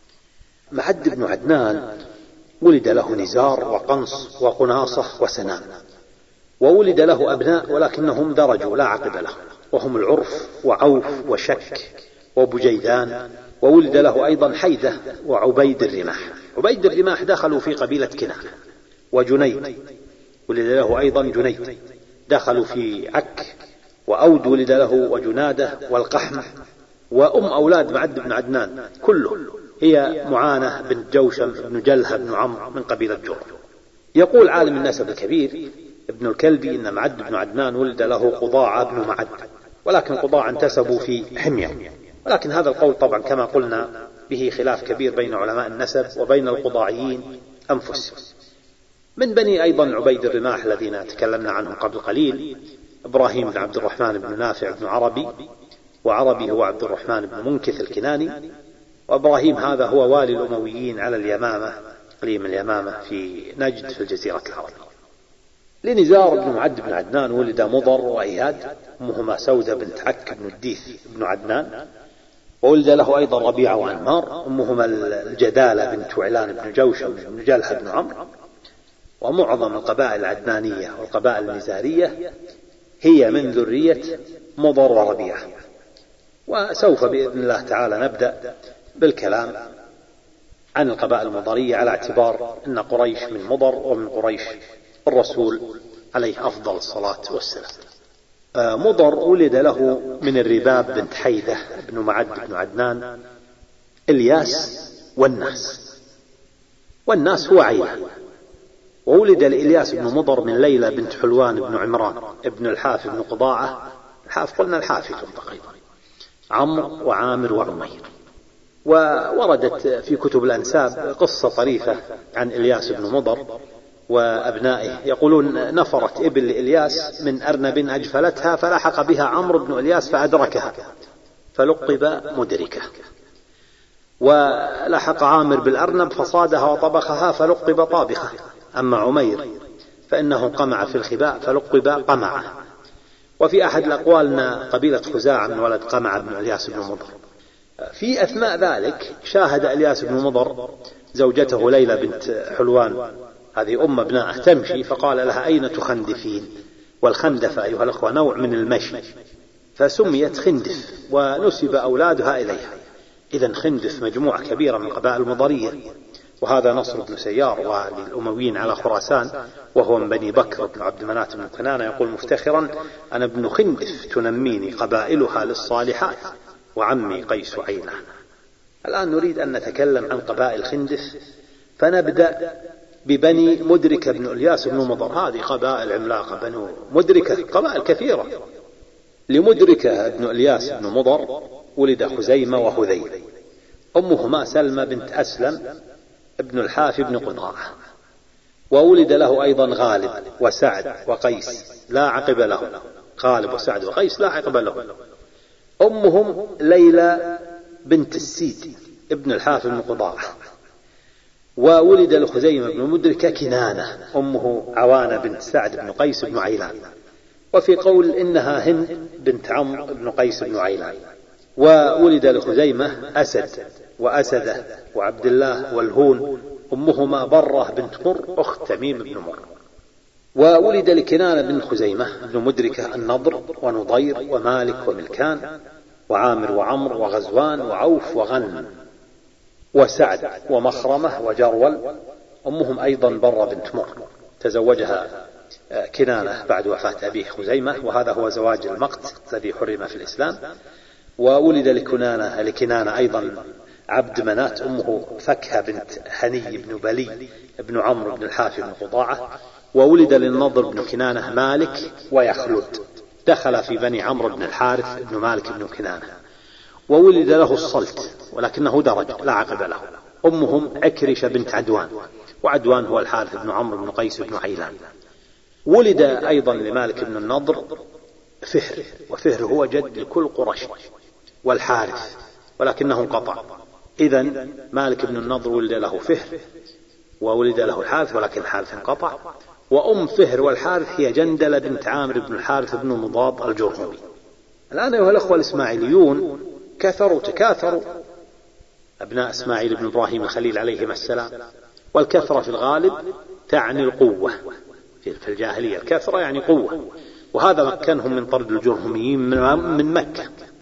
معد بن عدنان ولد له نزار وقنص وقناصة وسنان، وولد له أبناء ولكنهم درجوا لا عقب لهم، وهم العرف وعوف وشك وبجيدان. وولد له أيضا حيدة وعبيد الرماح. عبيد الرماح دخلوا في قبيلة كنانة. وجنيد ولد له أيضا جنيد، دخلوا في عك. وأود ولد له وجنادة والقحم. وأم أولاد معد بن عدنان كله هي معانة بن جوشم بن جلهة بن عمرو من قبيلة جرم. يقول عالم النسب الكبير ابن الكلبي إن معد بن عدنان ولد له قضاعة بن معد، ولكن قضاعة انتسبوا في حمير، ولكن هذا القول طبعا كما قلنا به خلاف كبير بين علماء النسب وبين القضاعيين أنفسهم. من بني أيضا عبيد الرماح الذين تكلمنا عنهم قبل قليل إبراهيم بن عبد الرحمن بن نافع بن عربي، وعربي هو عبد الرحمن بن منكث الكناني. وإبراهيم هذا هو والي الأمويين على اليمامة، إقليم اليمامة في نجد في الجزيرة العربية. لنزار بن معد بن عدنان ولد مضر وإياد، أمهما سودة بنت عك بن الديث بن عدنان. وولد له أيضا ربيعة وعنمار، أمهما الجدالة بنت وعلان بن جوشم بن جلهة بن عمرو. ومعظم القبائل العدنانية والقبائل النزارية هي من ذرية مضر وربيعة. وسوف بإذن الله تعالى نبدأ بالكلام عن القبائل المضرية على اعتبار أن قريش من مضر، ومن قريش الرسول عليه أفضل الصلاة والسلام. مضر ولد له من الرباب بنت حيدة بن معد بن عدنان إلياس والناس، والناس هو عيلة. وولد لإلياس بن مضر من ليلى بنت حلوان بن عمران ابن الحاف بن قضاعة. الحاف قلنا الحافي تقريبا، عمرو وعامر وعمير. ووردت في كتب الأنساب قصة طريفة عن إلياس بن مضر وأبنائه. يقولون نفرت إبل لإلياس من أرنب أجفلتها، فلحق بها عمرو بن إلياس فأدركها فلقب مدركة. ولحق عامر بالأرنب فصادها وطبخها فلقب طابخة. أما عمير فإنه قمع في الخباء فلقب قمعة. وفي أحد الأقوال أن قبيلة خزاعة من ولد قمع بن إلياس بن مضر. في أثناء ذلك شاهد إلياس بن مضر زوجته ليلى بنت حلوان هذه أم ابنائه تمشي، فقال لها أين تخندفين؟ والخندف أيها الأخوة نوع من المشي، فسميت خندف ونسب أولادها إليها. إذن خندف مجموعة كبيرة من قبائل مضرية. وهذا نصر بن سيار والي الأمويين على خراسان، وهو من بني بكر بن عبد مناف بن كنانة، يقول مفتخرا: أنا ابن خندف تنميني قبائلها للصالحات وعمي قيس عينان. الآن نريد أن نتكلم عن قبائل خندف، فنبدأ ببني مدركة بن إلياس بن مضر. هذه قبائل عملاقة، بنو مدركة قبائل كثيرة. لمدركة بن إلياس بن مضر ولد خزيمة وهذيل، أمهما سلمى بنت أسلم ابن الحافي بن قضاعة، وولد له أيضا غالب وسعد وقيس لا عقب له. غالب وسعد وقيس لا عقب له. أمهم ليلى بنت السيد ابن الحافي بن قضاعة. وولد لخزيمة بن مدركة كنانة، أمه عوانة بنت سعد بن قيس بن عيلان، وفي قول إنها هند بنت عمرو بن قيس بن عيلان. وولد لخزيمة أسد وأسدة وعبد الله والهون، أمهما برة بنت مر أخت تميم بن مر. وولد لكنانة بن خزيمة بن مدركة النضر ونضير ومالك وملكان وعامر وعمر وغزوان وعوف وغنم وسعد ومخرمة وجرول، أمهم أيضا برة بنت مر، تزوجها كنانة بعد وفاة أبيه خزيمة، وهذا هو زواج المقت الذي حرم في الإسلام. وولد لكنانة لكنانة أيضا عبد منات، أمه فكهة بنت هني بن بلي بن عمرو بن الحافي بن قضاعة. وولد للنضر بن كنانة مالك ويخلد، دخل في بني عمرو بن الحارث بن مالك بن كنانة. وولد له الصلت ولكنه درج لا عقب له، أمهم عكرشة بنت عدوان، وعدوان هو الحارث بن عمرو بن قيس بن عيلان. ولد أيضا لمالك بن النضر فهر، وفهر هو جد لكل قريش والحارث ولكنه انقطع. إذن مالك بن النضر ولد له فهر وولد له الحارث، ولكن الحارث انقطع. وأم فهر والحارث هي جندلة بنت عامر بن الحارث بن مضاد الجرهمي. الآن أيها الأخوة الإسماعيليون كثروا تكاثروا، أبناء إسماعيل بن إبراهيم الخليل عليهما السلام. والكثرة في الغالب تعني القوة، في الجاهلية الكثرة يعني قوة، وهذا مكنهم من طرد الجرهميين من مكة.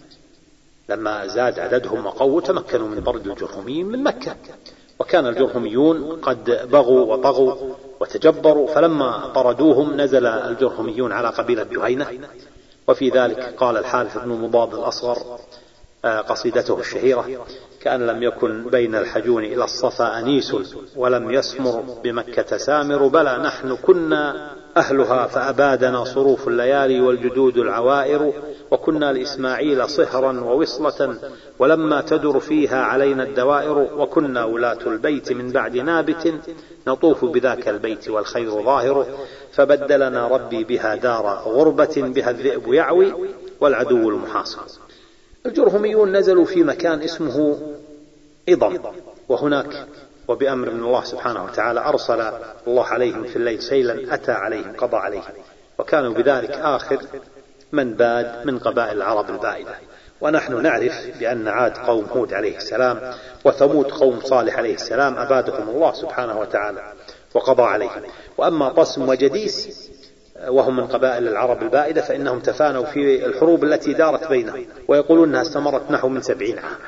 لما زاد عددهم وقووا تمكنوا من طرد الجرهميين من مكة. وكان الجرهميون قد بغوا وطغوا وتجبروا، فلما طردوهم نزل الجرهميون على قبيلة جهينة. وفي ذلك قال الحارث بن مضاد الأصغر قصيدته الشهيرة: كأن لم يكن بين الحجون إلى الصفا أنيس، ولم يسمر بمكة سامر، بلى نحن كنا أهلها فأبادنا صروف الليالي والجدود العوائر، وكنا لإسماعيل صهرا ووصلة، ولما تدر فيها علينا الدوائر، وكنا ولاة البيت من بعد نابت، نطوف بذاك البيت والخير ظاهر، فبدلنا ربي بها دار غربة، بها الذئب يعوي والعدو المحاصر. الجرهميون نزلوا في مكان اسمه إضم، وهناك وبأمر من الله سبحانه وتعالى أرسل الله عليهم في الليل سيلا أتى عليهم قضى عليهم، وكانوا بذلك آخر من باد من قبائل العرب البائدة. ونحن نعرف بأن عاد قوم هود عليه السلام، وثمود قوم صالح عليه السلام، أبادهم الله سبحانه وتعالى وقضى عليهم. وأما طسم وجديس وهم من قبائل العرب البائدة فإنهم تفانوا في الحروب التي دارت بينهم، ويقولون أنها استمرت نحو من سبعين عام.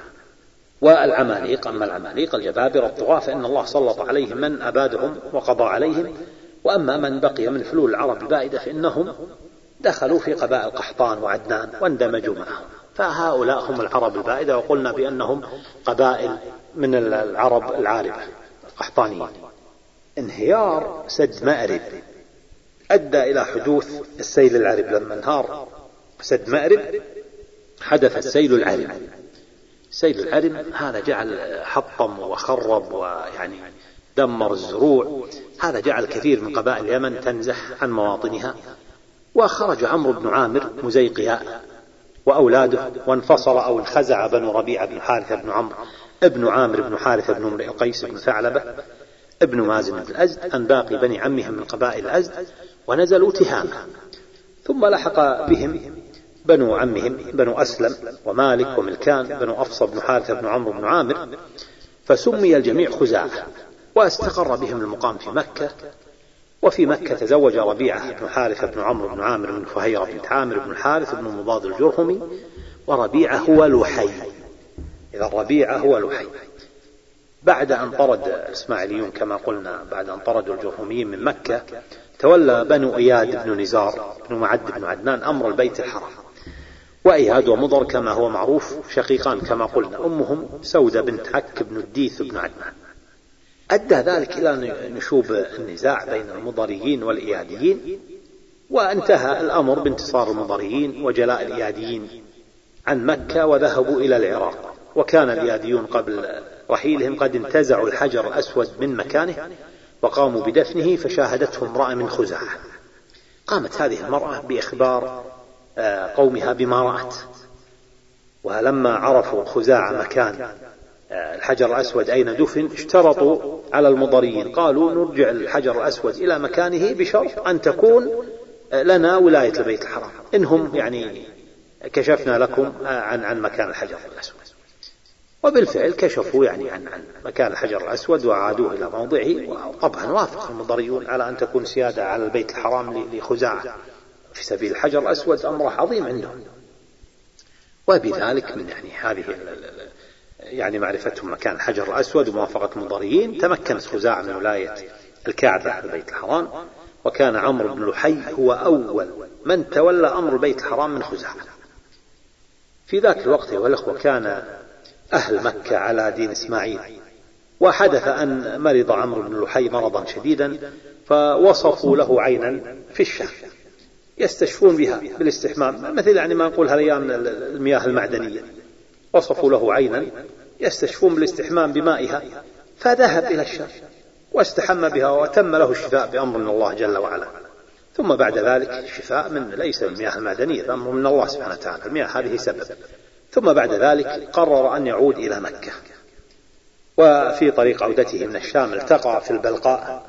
والعماليق، أما العماليق الجبابرة الطغاة فإن الله سلط عليهم من أبادهم وقضى عليهم. وأما من بقي من فلول العرب البائدة فإنهم دخلوا في قبائل قحطان وعدنان واندمجوا معهم، فهؤلاء هم العرب البائدة، وقلنا بأنهم قبائل من العرب العاربة القحطانيين. انهيار سد مأرب أدى إلى حدوث السيل العرب. لما انهار سد مأرب حدث السيل العرب. السيل العرب هذا جعل حطم وخرب ويعني دمر الزروع، هذا جعل كثير من قبائل اليمن تنزح عن مواطنها. وخرج عمرو بن عامر مزيقياء وأولاده، وانفصل أو انخزع بنو ربيعة بن حارثة بن عمرو ابن عامر بن حارثة بن امرئ قيس بن ثعلبة ابن مازن بن الأزد عن باقي بني عمهم من قبائل الأزد، ونزلوا تهامة. ثم لحق بهم بنو عمهم بنو أسلم ومالك وملكان بنو أفصى بن حارثة بن عمرو بن عامر، فسمي الجميع خزاعة، واستقر بهم المقام في مكة. وفي مكة تزوج ربيعة بن حارثة بن عمرو بن عامر بن فهيرة بن عامر بن الحارث بن مضاد الجرهمي، وربيعة هو لحي. إذا ربيعة هو لحي. بعد أن طرد الإسماعيليون كما قلنا، بعد أن طردوا الجرهميين من مكة، تولى بنو إياد بن نزار بن معد بن عدنان أمر البيت الحرام. وإياد ومضر كما هو معروف شقيقان كما قلنا، أمهم سودة بنت عك بن الديث بن عدنان. أدى ذلك إلى نشوب النزاع بين المضريين والإياديين، وانتهى الأمر بانتصار المضريين وجلاء الإياديين عن مكة وذهبوا إلى العراق. وكان الإياديون قبل رحيلهم قد انتزعوا الحجر الأسود من مكانه وقاموا بدفنه، فشاهدته امرأة من خزاعة. قامت هذه المرأة بإخبار قومها بما رأت، ولما عرفوا خزاعة مكان الحجر الأسود أين دفن، اشترطوا على المضريين، قالوا نرجع الحجر الأسود إلى مكانه بشرط أن تكون لنا ولاية البيت الحرام، إنهم يعني كشفنا لكم عن عن مكان الحجر الأسود. وبالفعل كشفوا يعني عن عن مكان الحجر الأسود وعادوه إلى موضعه. وطبعا وافق المضريون على أن تكون سيادة على البيت الحرام لخزاعة في سبيل الحجر الأسود، أمر عظيم عندهم. وبذلك من يعني هذه يعني معرفتهم مكان الحجر الأسود وموافقة المضريين، تمكنت خزاعة من ولاية الكعبة البيت الحرام. وكان عمرو بن لحي هو أول من تولى أمر البيت الحرام من خزاعة. في ذاك الوقت أيها الأخوة كان أهل مكة على دين إسماعيل، وحدث أن مرض عمرو بن لحي مرضا شديدا، فوصفوا له عينا في الشام يستشفون بها بالاستحمام، مثل يعني ما نقول هذيان المياه المعدنية. وصفوا له عينا يستشفون بالاستحمام بمائها، فذهب إلى الشام واستحم بها وتم له الشفاء بأمر من الله جل وعلا. ثم بعد ذلك الشفاء من ليس المياه المعدنية، أمر من الله سبحانه وتعالى، المياه هذه سبب. ثم بعد ذلك قرر أن يعود إلى مكة. وفي طريق عودته من الشام التقى في البلقاء،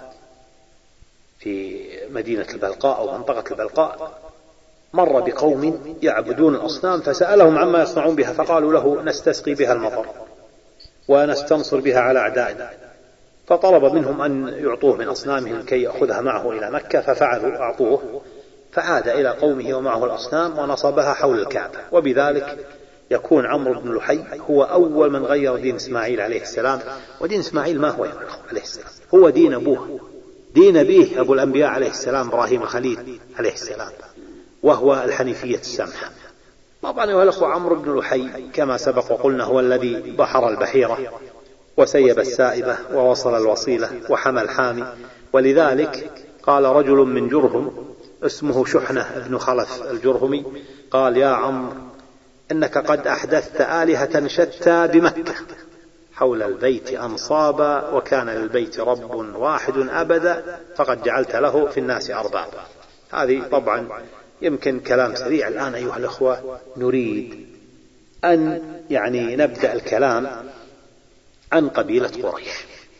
في مدينة البلقاء أو منطقة البلقاء، مر بقوم يعبدون الأصنام فسألهم عما يصنعون بها، فقالوا له نستسقي بها المطر ونستنصر بها على أعدائنا. فطلب منهم أن يعطوه من أصنامهم كي يأخذها معه إلى مكة، ففعلوا أعطوه، فعاد إلى قومه ومعه الأصنام ونصبها حول الكعبة. وبذلك يكون عمرو بن لحي هو أول من غير دين إسماعيل عليه السلام. ودين إسماعيل ما هو عليه السلام؟ هو دين أبوه، دين أبيه أبو الأنبياء عليه السلام إبراهيم الخليل عليه السلام، وهو الحنيفية السمحة. طبعا أيها الأخوة عمرو بن لحي كما سبق وقلنا هو الذي بحر البحيرة وسيب السائبة ووصل الوصيلة وحمى الحامي. ولذلك قال رجل من جرهم اسمه شحنة بن خلف الجرهمي، قال يا عمرو إنك قد أحدثت آلهة شتى بمكة حول البيت أنصابا، وكان للبيت رب واحد أبدا، فقد جعلت له في الناس أربابا. هذه طبعا يمكن كلام سريع. الآن أيها الأخوة نريد أن يعني نبدأ الكلام عن قبيلة قريش.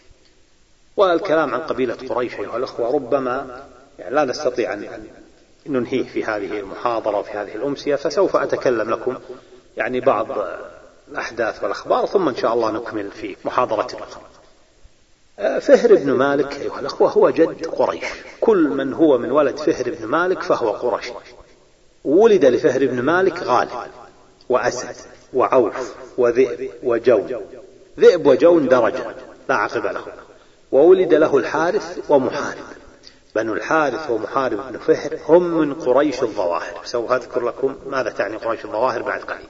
والكلام عن قبيلة قريش أيها الأخوة ربما يعني لا نستطيع أن ننهيه في هذه المحاضرة وفي هذه الأمسية، فسوف أتكلم لكم يعني بعض الأحداث والأخبار، ثم إن شاء الله نكمل في محاضرة أخرى. فهر بن مالك أيها الأخوة هو جد قريش، كل من هو من ولد فهر بن مالك فهو قريش. ولد لفهر بن مالك غالب وأسد وعوف وذئب وجون. ذئب وجون درجة لا عقب له. وولد له الحارث ومحارب. بنو الحارث ومحارب بن فهر هم من قريش الظواهر، سوف أذكر لكم ماذا تعني قريش الظواهر بعد قليل.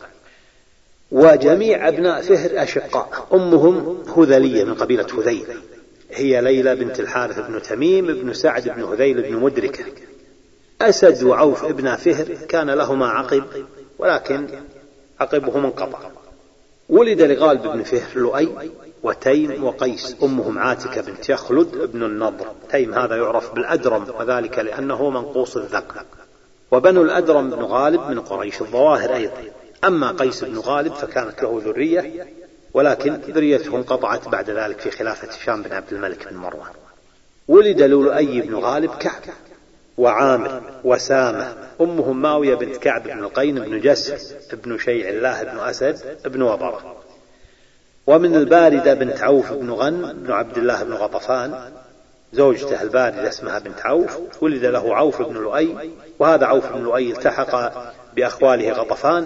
وجميع أبناء فهر أشقاء، أمهم هذلية من قبيلة هذيل، هي ليلى بنت الحارث بن تميم بن سعد بن هذيل بن مدركة. أسد وعوف ابن فهر كان لهما عقب، ولكن عقبهم انقطع. ولد لغالب بن فهر لؤي وتيم وقيس، أمهم عاتكة بنت يخلد ابن النضر. تيم هذا يعرف بالأدرم، وذلك لأنه منقوص الذكر. وبنو الأدرم بن غالب من قريش الظواهر أيضا. أما قيس بن غالب فكانت له ذرية، ولكن ذريته انقطعت بعد ذلك في خلافة هشام بن عبد الملك بن مروان. ولد لؤي بن غالب كعب وعامر وسامة، أمهم ماوية بنت كعب بن القين بن جسر بن شيع الله بن أسد بن وبرة. ومن الباردة بنت عوف بن غن بن عبد الله بن غطفان، زوجته الباردة اسمها بنت عوف، ولد له عوف بن لؤي، وهذا عوف بن لؤي التحق بأخواله غطفان،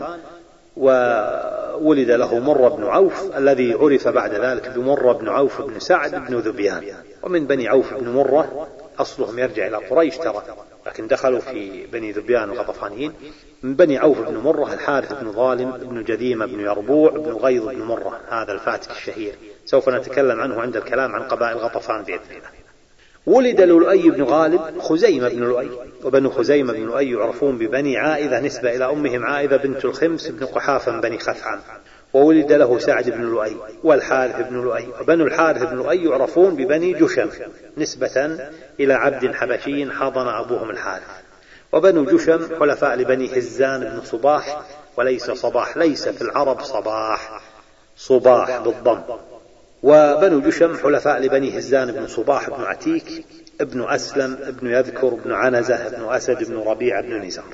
وولد له مر بن عوف الذي عرف بعد ذلك بمر بن عوف بن سعد بن ذبيان. ومن بني عوف بن مرة أصلهم يرجع إلى قريش ترى، لكن دخلوا في بني ذبيان الغطفانيين. من بني عوف بن مرة الحارث بن ظالم بن جذيم بن يربوع بن غيظ بن مرة، هذا الفاتك الشهير، سوف نتكلم عنه عند الكلام عن قبائل غطفان بإذن الله. ولد لؤي بن غالب خزيمة بن لؤي، وبنو خزيمة بن لؤي يعرفون ببني عائذة نسبة إلى أمهم عائذة بنت الخمس بن قحافة بني خثعم. وولد له سعد بن لؤي والحارث بن لؤي، وبنو الحارث بن لؤي يعرفون ببني جشم نسبة إلى عبد حبشي حضن أبوهم الحارث. وبنو جشم حلفاء لبني هزان بن صباح، وليس صباح، ليس في العرب صباح، صباح بالضم. وبنو جشم حلفاء لبني هزان بن صباح بن عتيك ابن أسلم ابن يذكر ابن عنزة ابن أسد بن ربيع بن نزار.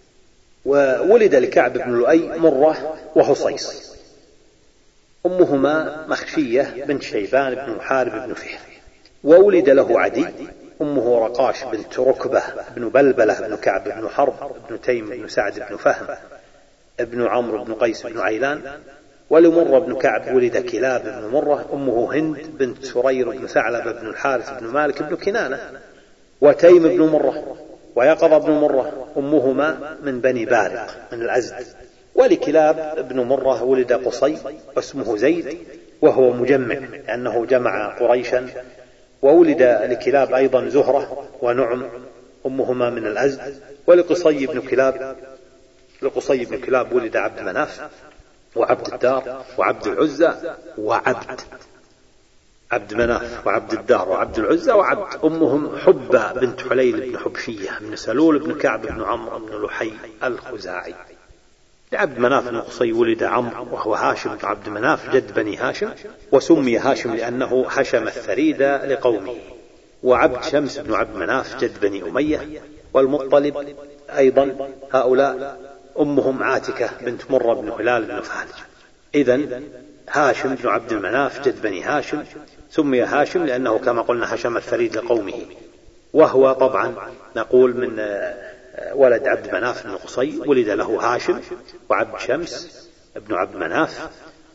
وولد لكعب بن لؤي مرة وحصيص، أمهما مخشية بنت شيبان بن محارب بن فهر. وولد له عدي، أمه رقاش بنت ركبة بن بلبلة بن كعب بن حرب بن تيم بن سعد بن فهم ابن عمرو بن قيس بن عيلان. ولمر بن كعب ولد كلاب بن مرة، أمه هند بنت سرير بن ثعلبة بن الحارث بن مالك بن كنانة. وتيم بن مرة ويقظ بن مرة أمهما من بني بارق من الأزد. ولكلاب بن مرة ولد قصي واسمه زيد، وهو مجمع لأنه جمع قريشا. وولد لكلاب أيضا زهرة ونعم أمهما من الأزد. ولقصي بن كلاب لقصي بن كلاب ولد عبد مناف وعبد الدار وعبد العزى وعبد عبد مناف وعبد الدار وعبد العزى وعبد. أمهم حبة بنت حليل بن حبشية بن سلول بن كعب بن عمرو بن لحي الخزاعي. لعبد مناف بن قصي ولد عمرو وهو هاشم بن عبد مناف جد بني هاشم، وسمي هاشم لأنه حشم الثريد لقومه. وعبد شمس بن عبد مناف جد بني أمية. والمطلب أيضا هؤلاء أمهم عاتكة بنت مرة بن هلال بن فهد. إذن هاشم بن عبد المناف جد بني هاشم، سمي هاشم لأنه كما قلنا حشم الثريد لقومه، وهو طبعا نقول من ولد عبد مناف بن قصي. ولد له هاشم وعبد شمس بن عبد مناف،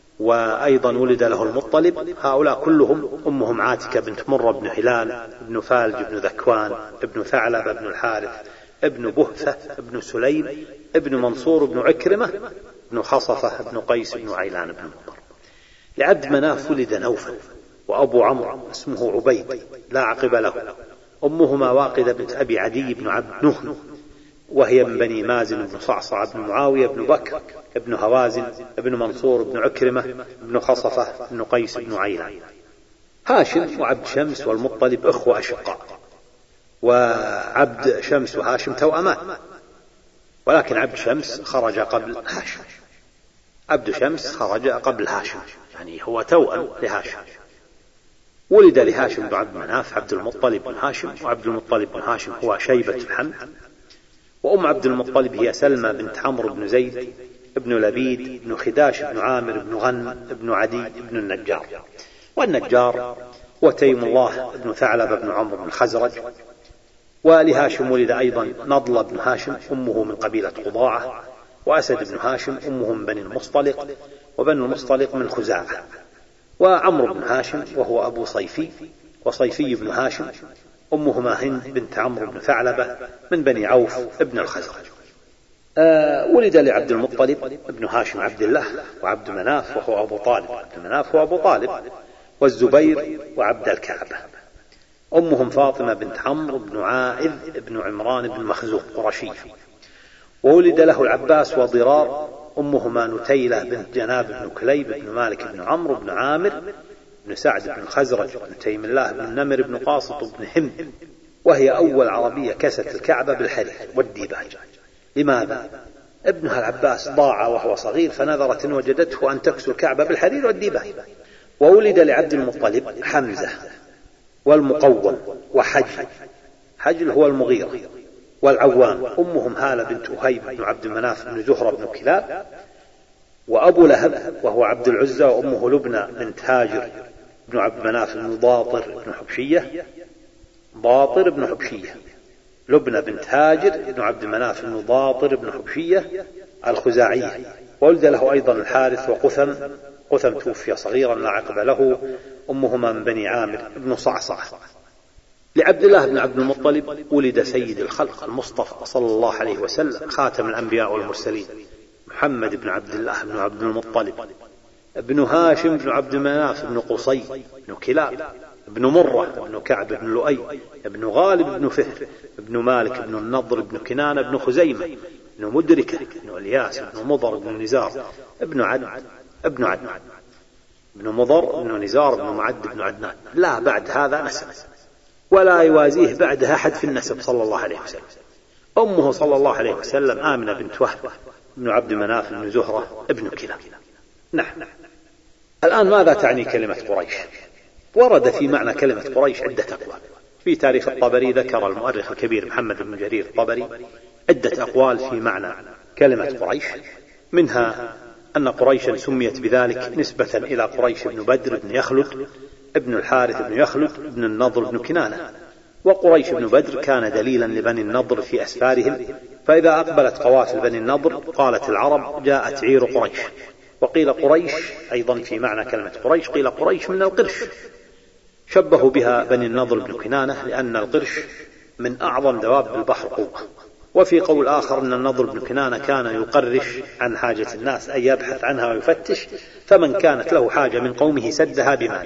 وأيضا ولد له المطلب. هؤلاء كلهم أمهم عاتكة بنت مرة بن هلال بن فالج بن ذكوان بن ثعلبة بن الحارث ابن بهثة ابن سليم ابن منصور بن عكرمة ابن خصفة ابن قيس بن عيلان بن مضر. لعبد مناف ولد نوفل، وأبو عمرو اسمه عبيد لا عقب له. أمهما واقدة بنت أبي عدي بن عبد نهن، وهي من بني مازن بن صعصع بن معاوية بن بكر ابن هوازن ابن منصور بن عكرمة ابن خصفة ابن قيس بن عيلان. هاشم وعبد شمس والمطلب أخوة أشقاء، وعبد شمس وهاشم توأمان، ولكن عبد شمس خرج قبل هاشم. عبد شمس خرج قبل هاشم، يعني هو توأم لهاشم. ولد لهاشم بن عبد مناف عبد المطلب بن هاشم، وعبد المطلب بن هاشم هو شيبة الحمد. وأم عبد المطلب هي سلمى بنت عمرو بن زيد ابن لبيد ابن خداش بن عامر بن غن ابن عدي ابن النجار. والنجار وتيم الله بن ثعلبة بن عمرو بن الخزرج. ولهاشم ولد أيضا نضلة بن هاشم أمه من قبيلة قضاعة، وأسد بن هاشم أمه من بني المصطلق، وبنو المصطلق من خزاعة. وعمرو بن هاشم وهو أبو صيفي، وصيفي بن هاشم أمهما هند بنت عمرو بن ثعلبة من بني عوف ابن الخزرج. آه ولد لعبد المطلب ابن هاشم عبد الله وعبد مناف وهو أبو طالب. عبد مناف هو أبو طالب، والزبير وعبد الكعبة. أمهم فاطمة بنت عمرو بن عائذ بن عمران بن مخزوم قرشي. وولد له العباس وضرار، أمهما نتيلة بنت جناب بن كليب بن مالك بن عمرو بن عامر بن سعد بن الخزرج بن تيم الله بن نمر بن قاسط بن هم، وهي أول عربية كست الكعبة بالحرير والديباج. لماذا؟ ابنها العباس ضاع وهو صغير، فنذرت إن وجدته أن تكسو الكعبة بالحرير والديباج. وولد لعبد المطلب حمزة والمقوم وحجل، حجل هو المغيرة، والعوام. أمهم هالة بنت أهيب بن عبد المناف بن زهرة بن كلاب. وأبو لهب وهو عبد العزى وأمه لبنى بنت هاجر بن عبد مناف بن ضاطر بن حبشية، ضاطر بن حبشية، لبنى بنت هاجر بن عبد مناف بن ضاطر بن حبشية الخزاعية. وولد له أيضا الحارث وقثم، قثم توفي صغيرا لا عقب له، أمهما من بني عامر بن صعصع. لعبد الله بن عبد المطلب ولد سيد الخلق المصطفى صلى الله عليه وسلم خاتم الأنبياء والمرسلين، محمد بن عبد الله بن عبد المطلب ابن هاشم بن عبد مناف بن قصي بن كلاب ابن مرة بن كعب بن لؤي ابن غالب بن فهر ابن مالك بن النضر بن كنانة بن خزيمة ابن مدركة ابن الياس ابن مضر بن نزار ابن عد ابن عدنان ابن مضر ابن نزار ابن معد بن عدنان. لا بعد هذا نسب ولا يوازيه بعدها أحد في النسب صلى الله عليه وسلم. أمه صلى الله عليه وسلم آمنة بنت وهب ابن عبد مناف بن زهرة ابن كلاب. نعم. الآن ماذا تعني كلمة قريش؟ ورد في معنى كلمة قريش عدة أقوال. في تاريخ الطبري ذكر المؤرخ الكبير محمد بن جرير الطبري عدة أقوال في معنى كلمة قريش، منها أن قريشا سميت بذلك نسبة إلى قريش بن بدر بن يخلد ابن الحارث بن يخلد ابن النضر بن كنانة. وقريش بن بدر كان دليلا لبني النضر في أسفارهم، فإذا أقبلت قوافل بني النضر قالت العرب جاءت عير قريش. وقيل قريش أيضا في معنى كلمة قريش، قيل قريش من القرش، شبهوا بها بني النضر بن كنانة لأن القرش من أعظم دواب البحر قوة. وفي قول آخر أن النضر بن كنانة كان يقرش عن حاجة الناس، أي يبحث عنها ويفتش، فمن كانت له حاجة من قومه سدها بماله.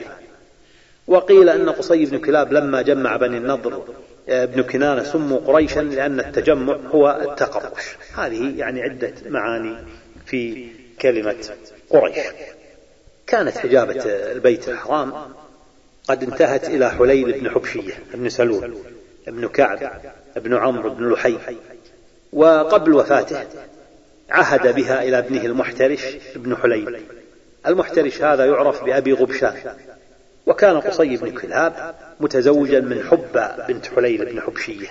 وقيل أن قصي بن كلاب لما جمع بني النضر بن كنانة سموا قريشا لأن التجمع هو التقرش. هذه يعني عدة معاني في كلمة قريش. كانت حجابة البيت الحرام قد انتهت إلى حليل بن حبشية ابن سلول ابن كعب ابن عمرو بن لحي، وقبل وفاته عهد بها إلى ابنه المحترش ابن حليل. المحترش هذا يعرف بأبي غبشان. وكان قصي بن كلاب متزوجا من حبة بنت حليل بن حبشية.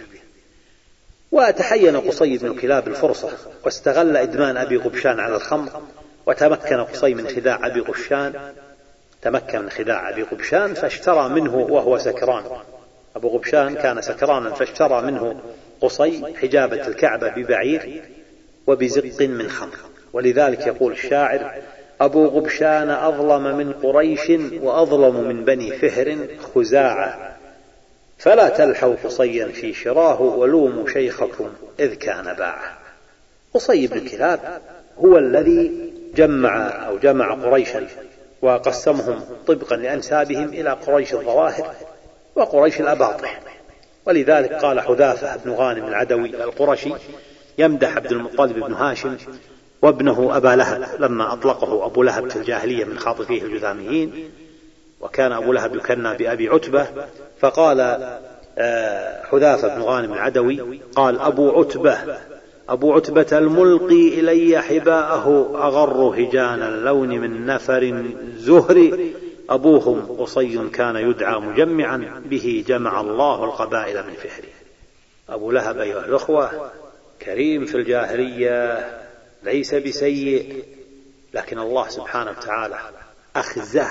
وتحين قصي بن كلاب الفرصة واستغل إدمان أبي غبشان على الخمر، وتمكن قصي من خداع أبي غبشان تمكن من خداع أبي غبشان فاشترى منه وهو سكران. أبو غبشان كان سكرانا فاشترى منه قصي حجابة الكعبة ببعير وبزق من خمر. ولذلك يقول الشاعر: أبو غبشان أظلم من قريش وأظلم من بني فهر خزاعة، فلا تلحوا قصيا في شراه ولوموا شيخكم إذ كان باعه. قصي بن كلاب هو الذي جمع أو جمع قريشا وقسمهم طبقا لأنسابهم إلى قريش الظواهر وقريش الأباطح. ولذلك قال حذافة بن غانم العدوي القرشي يمدح عبد المطلب بن هاشم وابنه أبا لهب لما أطلقه أبو لهب في الجاهلية من خاطفيه الجذاميين، وكان أبو لهب يكنى بأبي عتبة، فقال حذافة بن غانم العدوي قال: أبو عتبة أبو عتبة الملقي إلي حباءه أغر هجان اللون من نفر زهر، أبوهم قصي كان يدعى مجمعا به جمع الله القبائل من فهره. أبو لهب أيها الأخوة كريم في الجاهلية، ليس بسيء، لكن الله سبحانه وتعالى أخزاه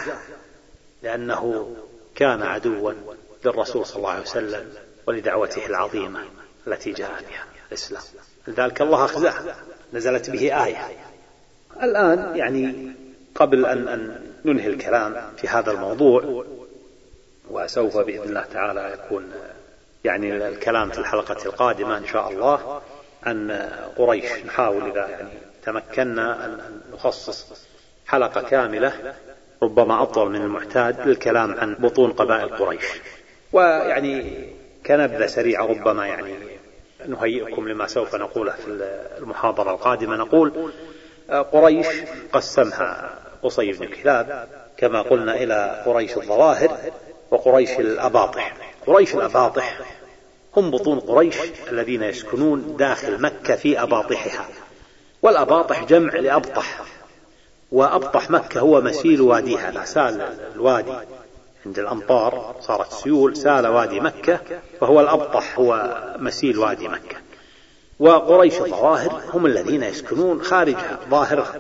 لأنه كان عدوا للرسول صلى الله عليه وسلم ولدعوته العظيمة التي جاء بها الإسلام، لذلك الله أخزاه، نزلت به آية. الآن يعني قبل أن, أن ننهي الكلام في هذا الموضوع، وسوف بإذن الله تعالى يكون يعني الكلام في الحلقة القادمة إن شاء الله عن قريش، نحاول إذا يعني تمكنا أن نخصص حلقة كاملة ربما أطول من المعتاد للكلام عن بطون قبائل قريش. ويعني كنبذة سريعة ربما يعني نهيئكم لما سوف نقوله في المحاضرة القادمة. نقول قريش قسمها قصي بن كلاب كما قلنا إلى قريش الظواهر وقريش الأباطح. قريش الأباطح هم بطون قريش الذين يسكنون داخل مكة في أباطحها، والأباطح جمع لأبطح، وأبطح مكة هو مسيل واديها، لا سال الوادي عند الأمطار صارت سيول، سال وادي مكة فهو الأبطح هو مسيل وادي مكة. وقريش الظواهر هم الذين يسكنون خارجها ظاهرها،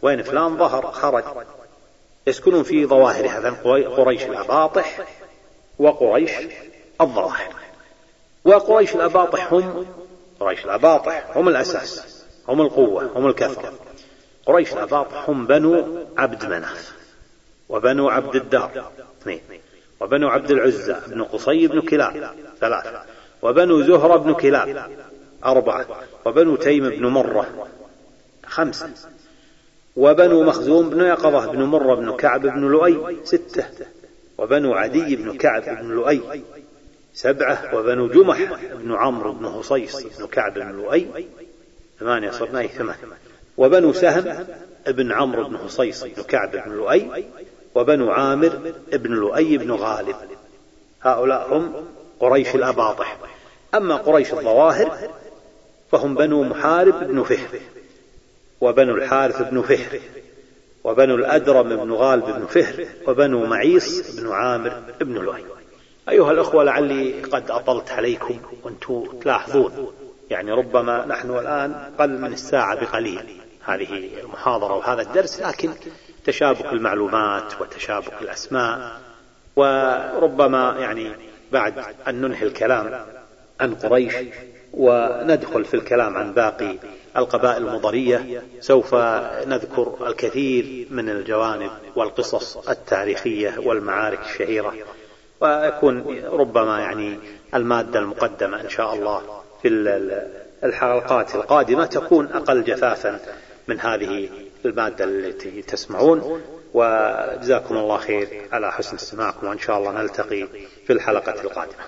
وين فلان ظهر خرج، يسكنون في ظواهرها، قريش الأباطح وقريش الظواهر. وقريش الأباطح هم قريش الأباطح هم الأساس، هم القوة، هم الكثرة. قريش الأباطح هم بنو عبد مناف وبنو عبد الدار اثنين، وبنو عبد العزى بن قصي بن كلاب ثلاثة، وبنو زهرة بن كلاب أربعة، وبنو تيم بن مرة خمسة، وبنو مخزوم بن يقظة بن مرة بن كعب بن لؤي ستة، وبنو عدي بن كعب بن لؤي سبعة، وبنو جمح بن عمرو بن هصيص بن كعب بن لؤي ثمانية، صرنا ثمانية، وبنو سهم بن عمرو بن هصيص بن كعب بن لؤي، وبنو عامر بن لؤي بن غالب. هؤلاء هم قريش الأباطح. أما قريش الظواهر فهم بنو محارب بن فهر، وبنو الحارث بن فهر، وبنو الأدرم بن غالب بن فهر، وبنو معيص بن عامر بن لؤي. أيها الأخوة، لعلي قد أطلت عليكم وأنتم تلاحظون، يعني ربما نحن الآن قل من الساعة بقليل هذه المحاضرة وهذا الدرس، لكن تشابك المعلومات وتشابك الأسماء، وربما يعني بعد أن ننهي الكلام عن قريش وندخل في الكلام عن باقي القبائل المضرية سوف نذكر الكثير من الجوانب والقصص التاريخية والمعارك الشهيرة، ويكون ربما يعني المادة المقدمة إن شاء الله في الحلقات القادمة تكون أقل جفافا من هذه المادة التي تسمعون. وجزاكم الله خير على حسن استماعكم، وإن شاء الله نلتقي في الحلقة القادمة.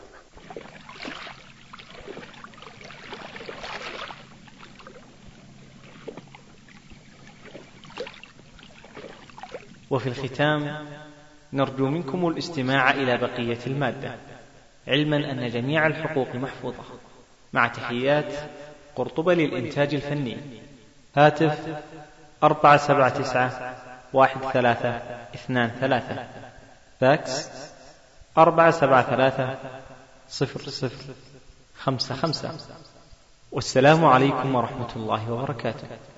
وفي الختام نرجو منكم الاستماع إلى بقية المادة، علما أن جميع الحقوق محفوظة، مع تحيات قرطبة للإنتاج الفني. هاتف أربعة سبعة تسعة واحد ثلاثة اثنان ثلاثة، فاكس أربعة سبعة ثلاثة صفر صفر خمسة خمسة. والسلام عليكم ورحمة الله وبركاته.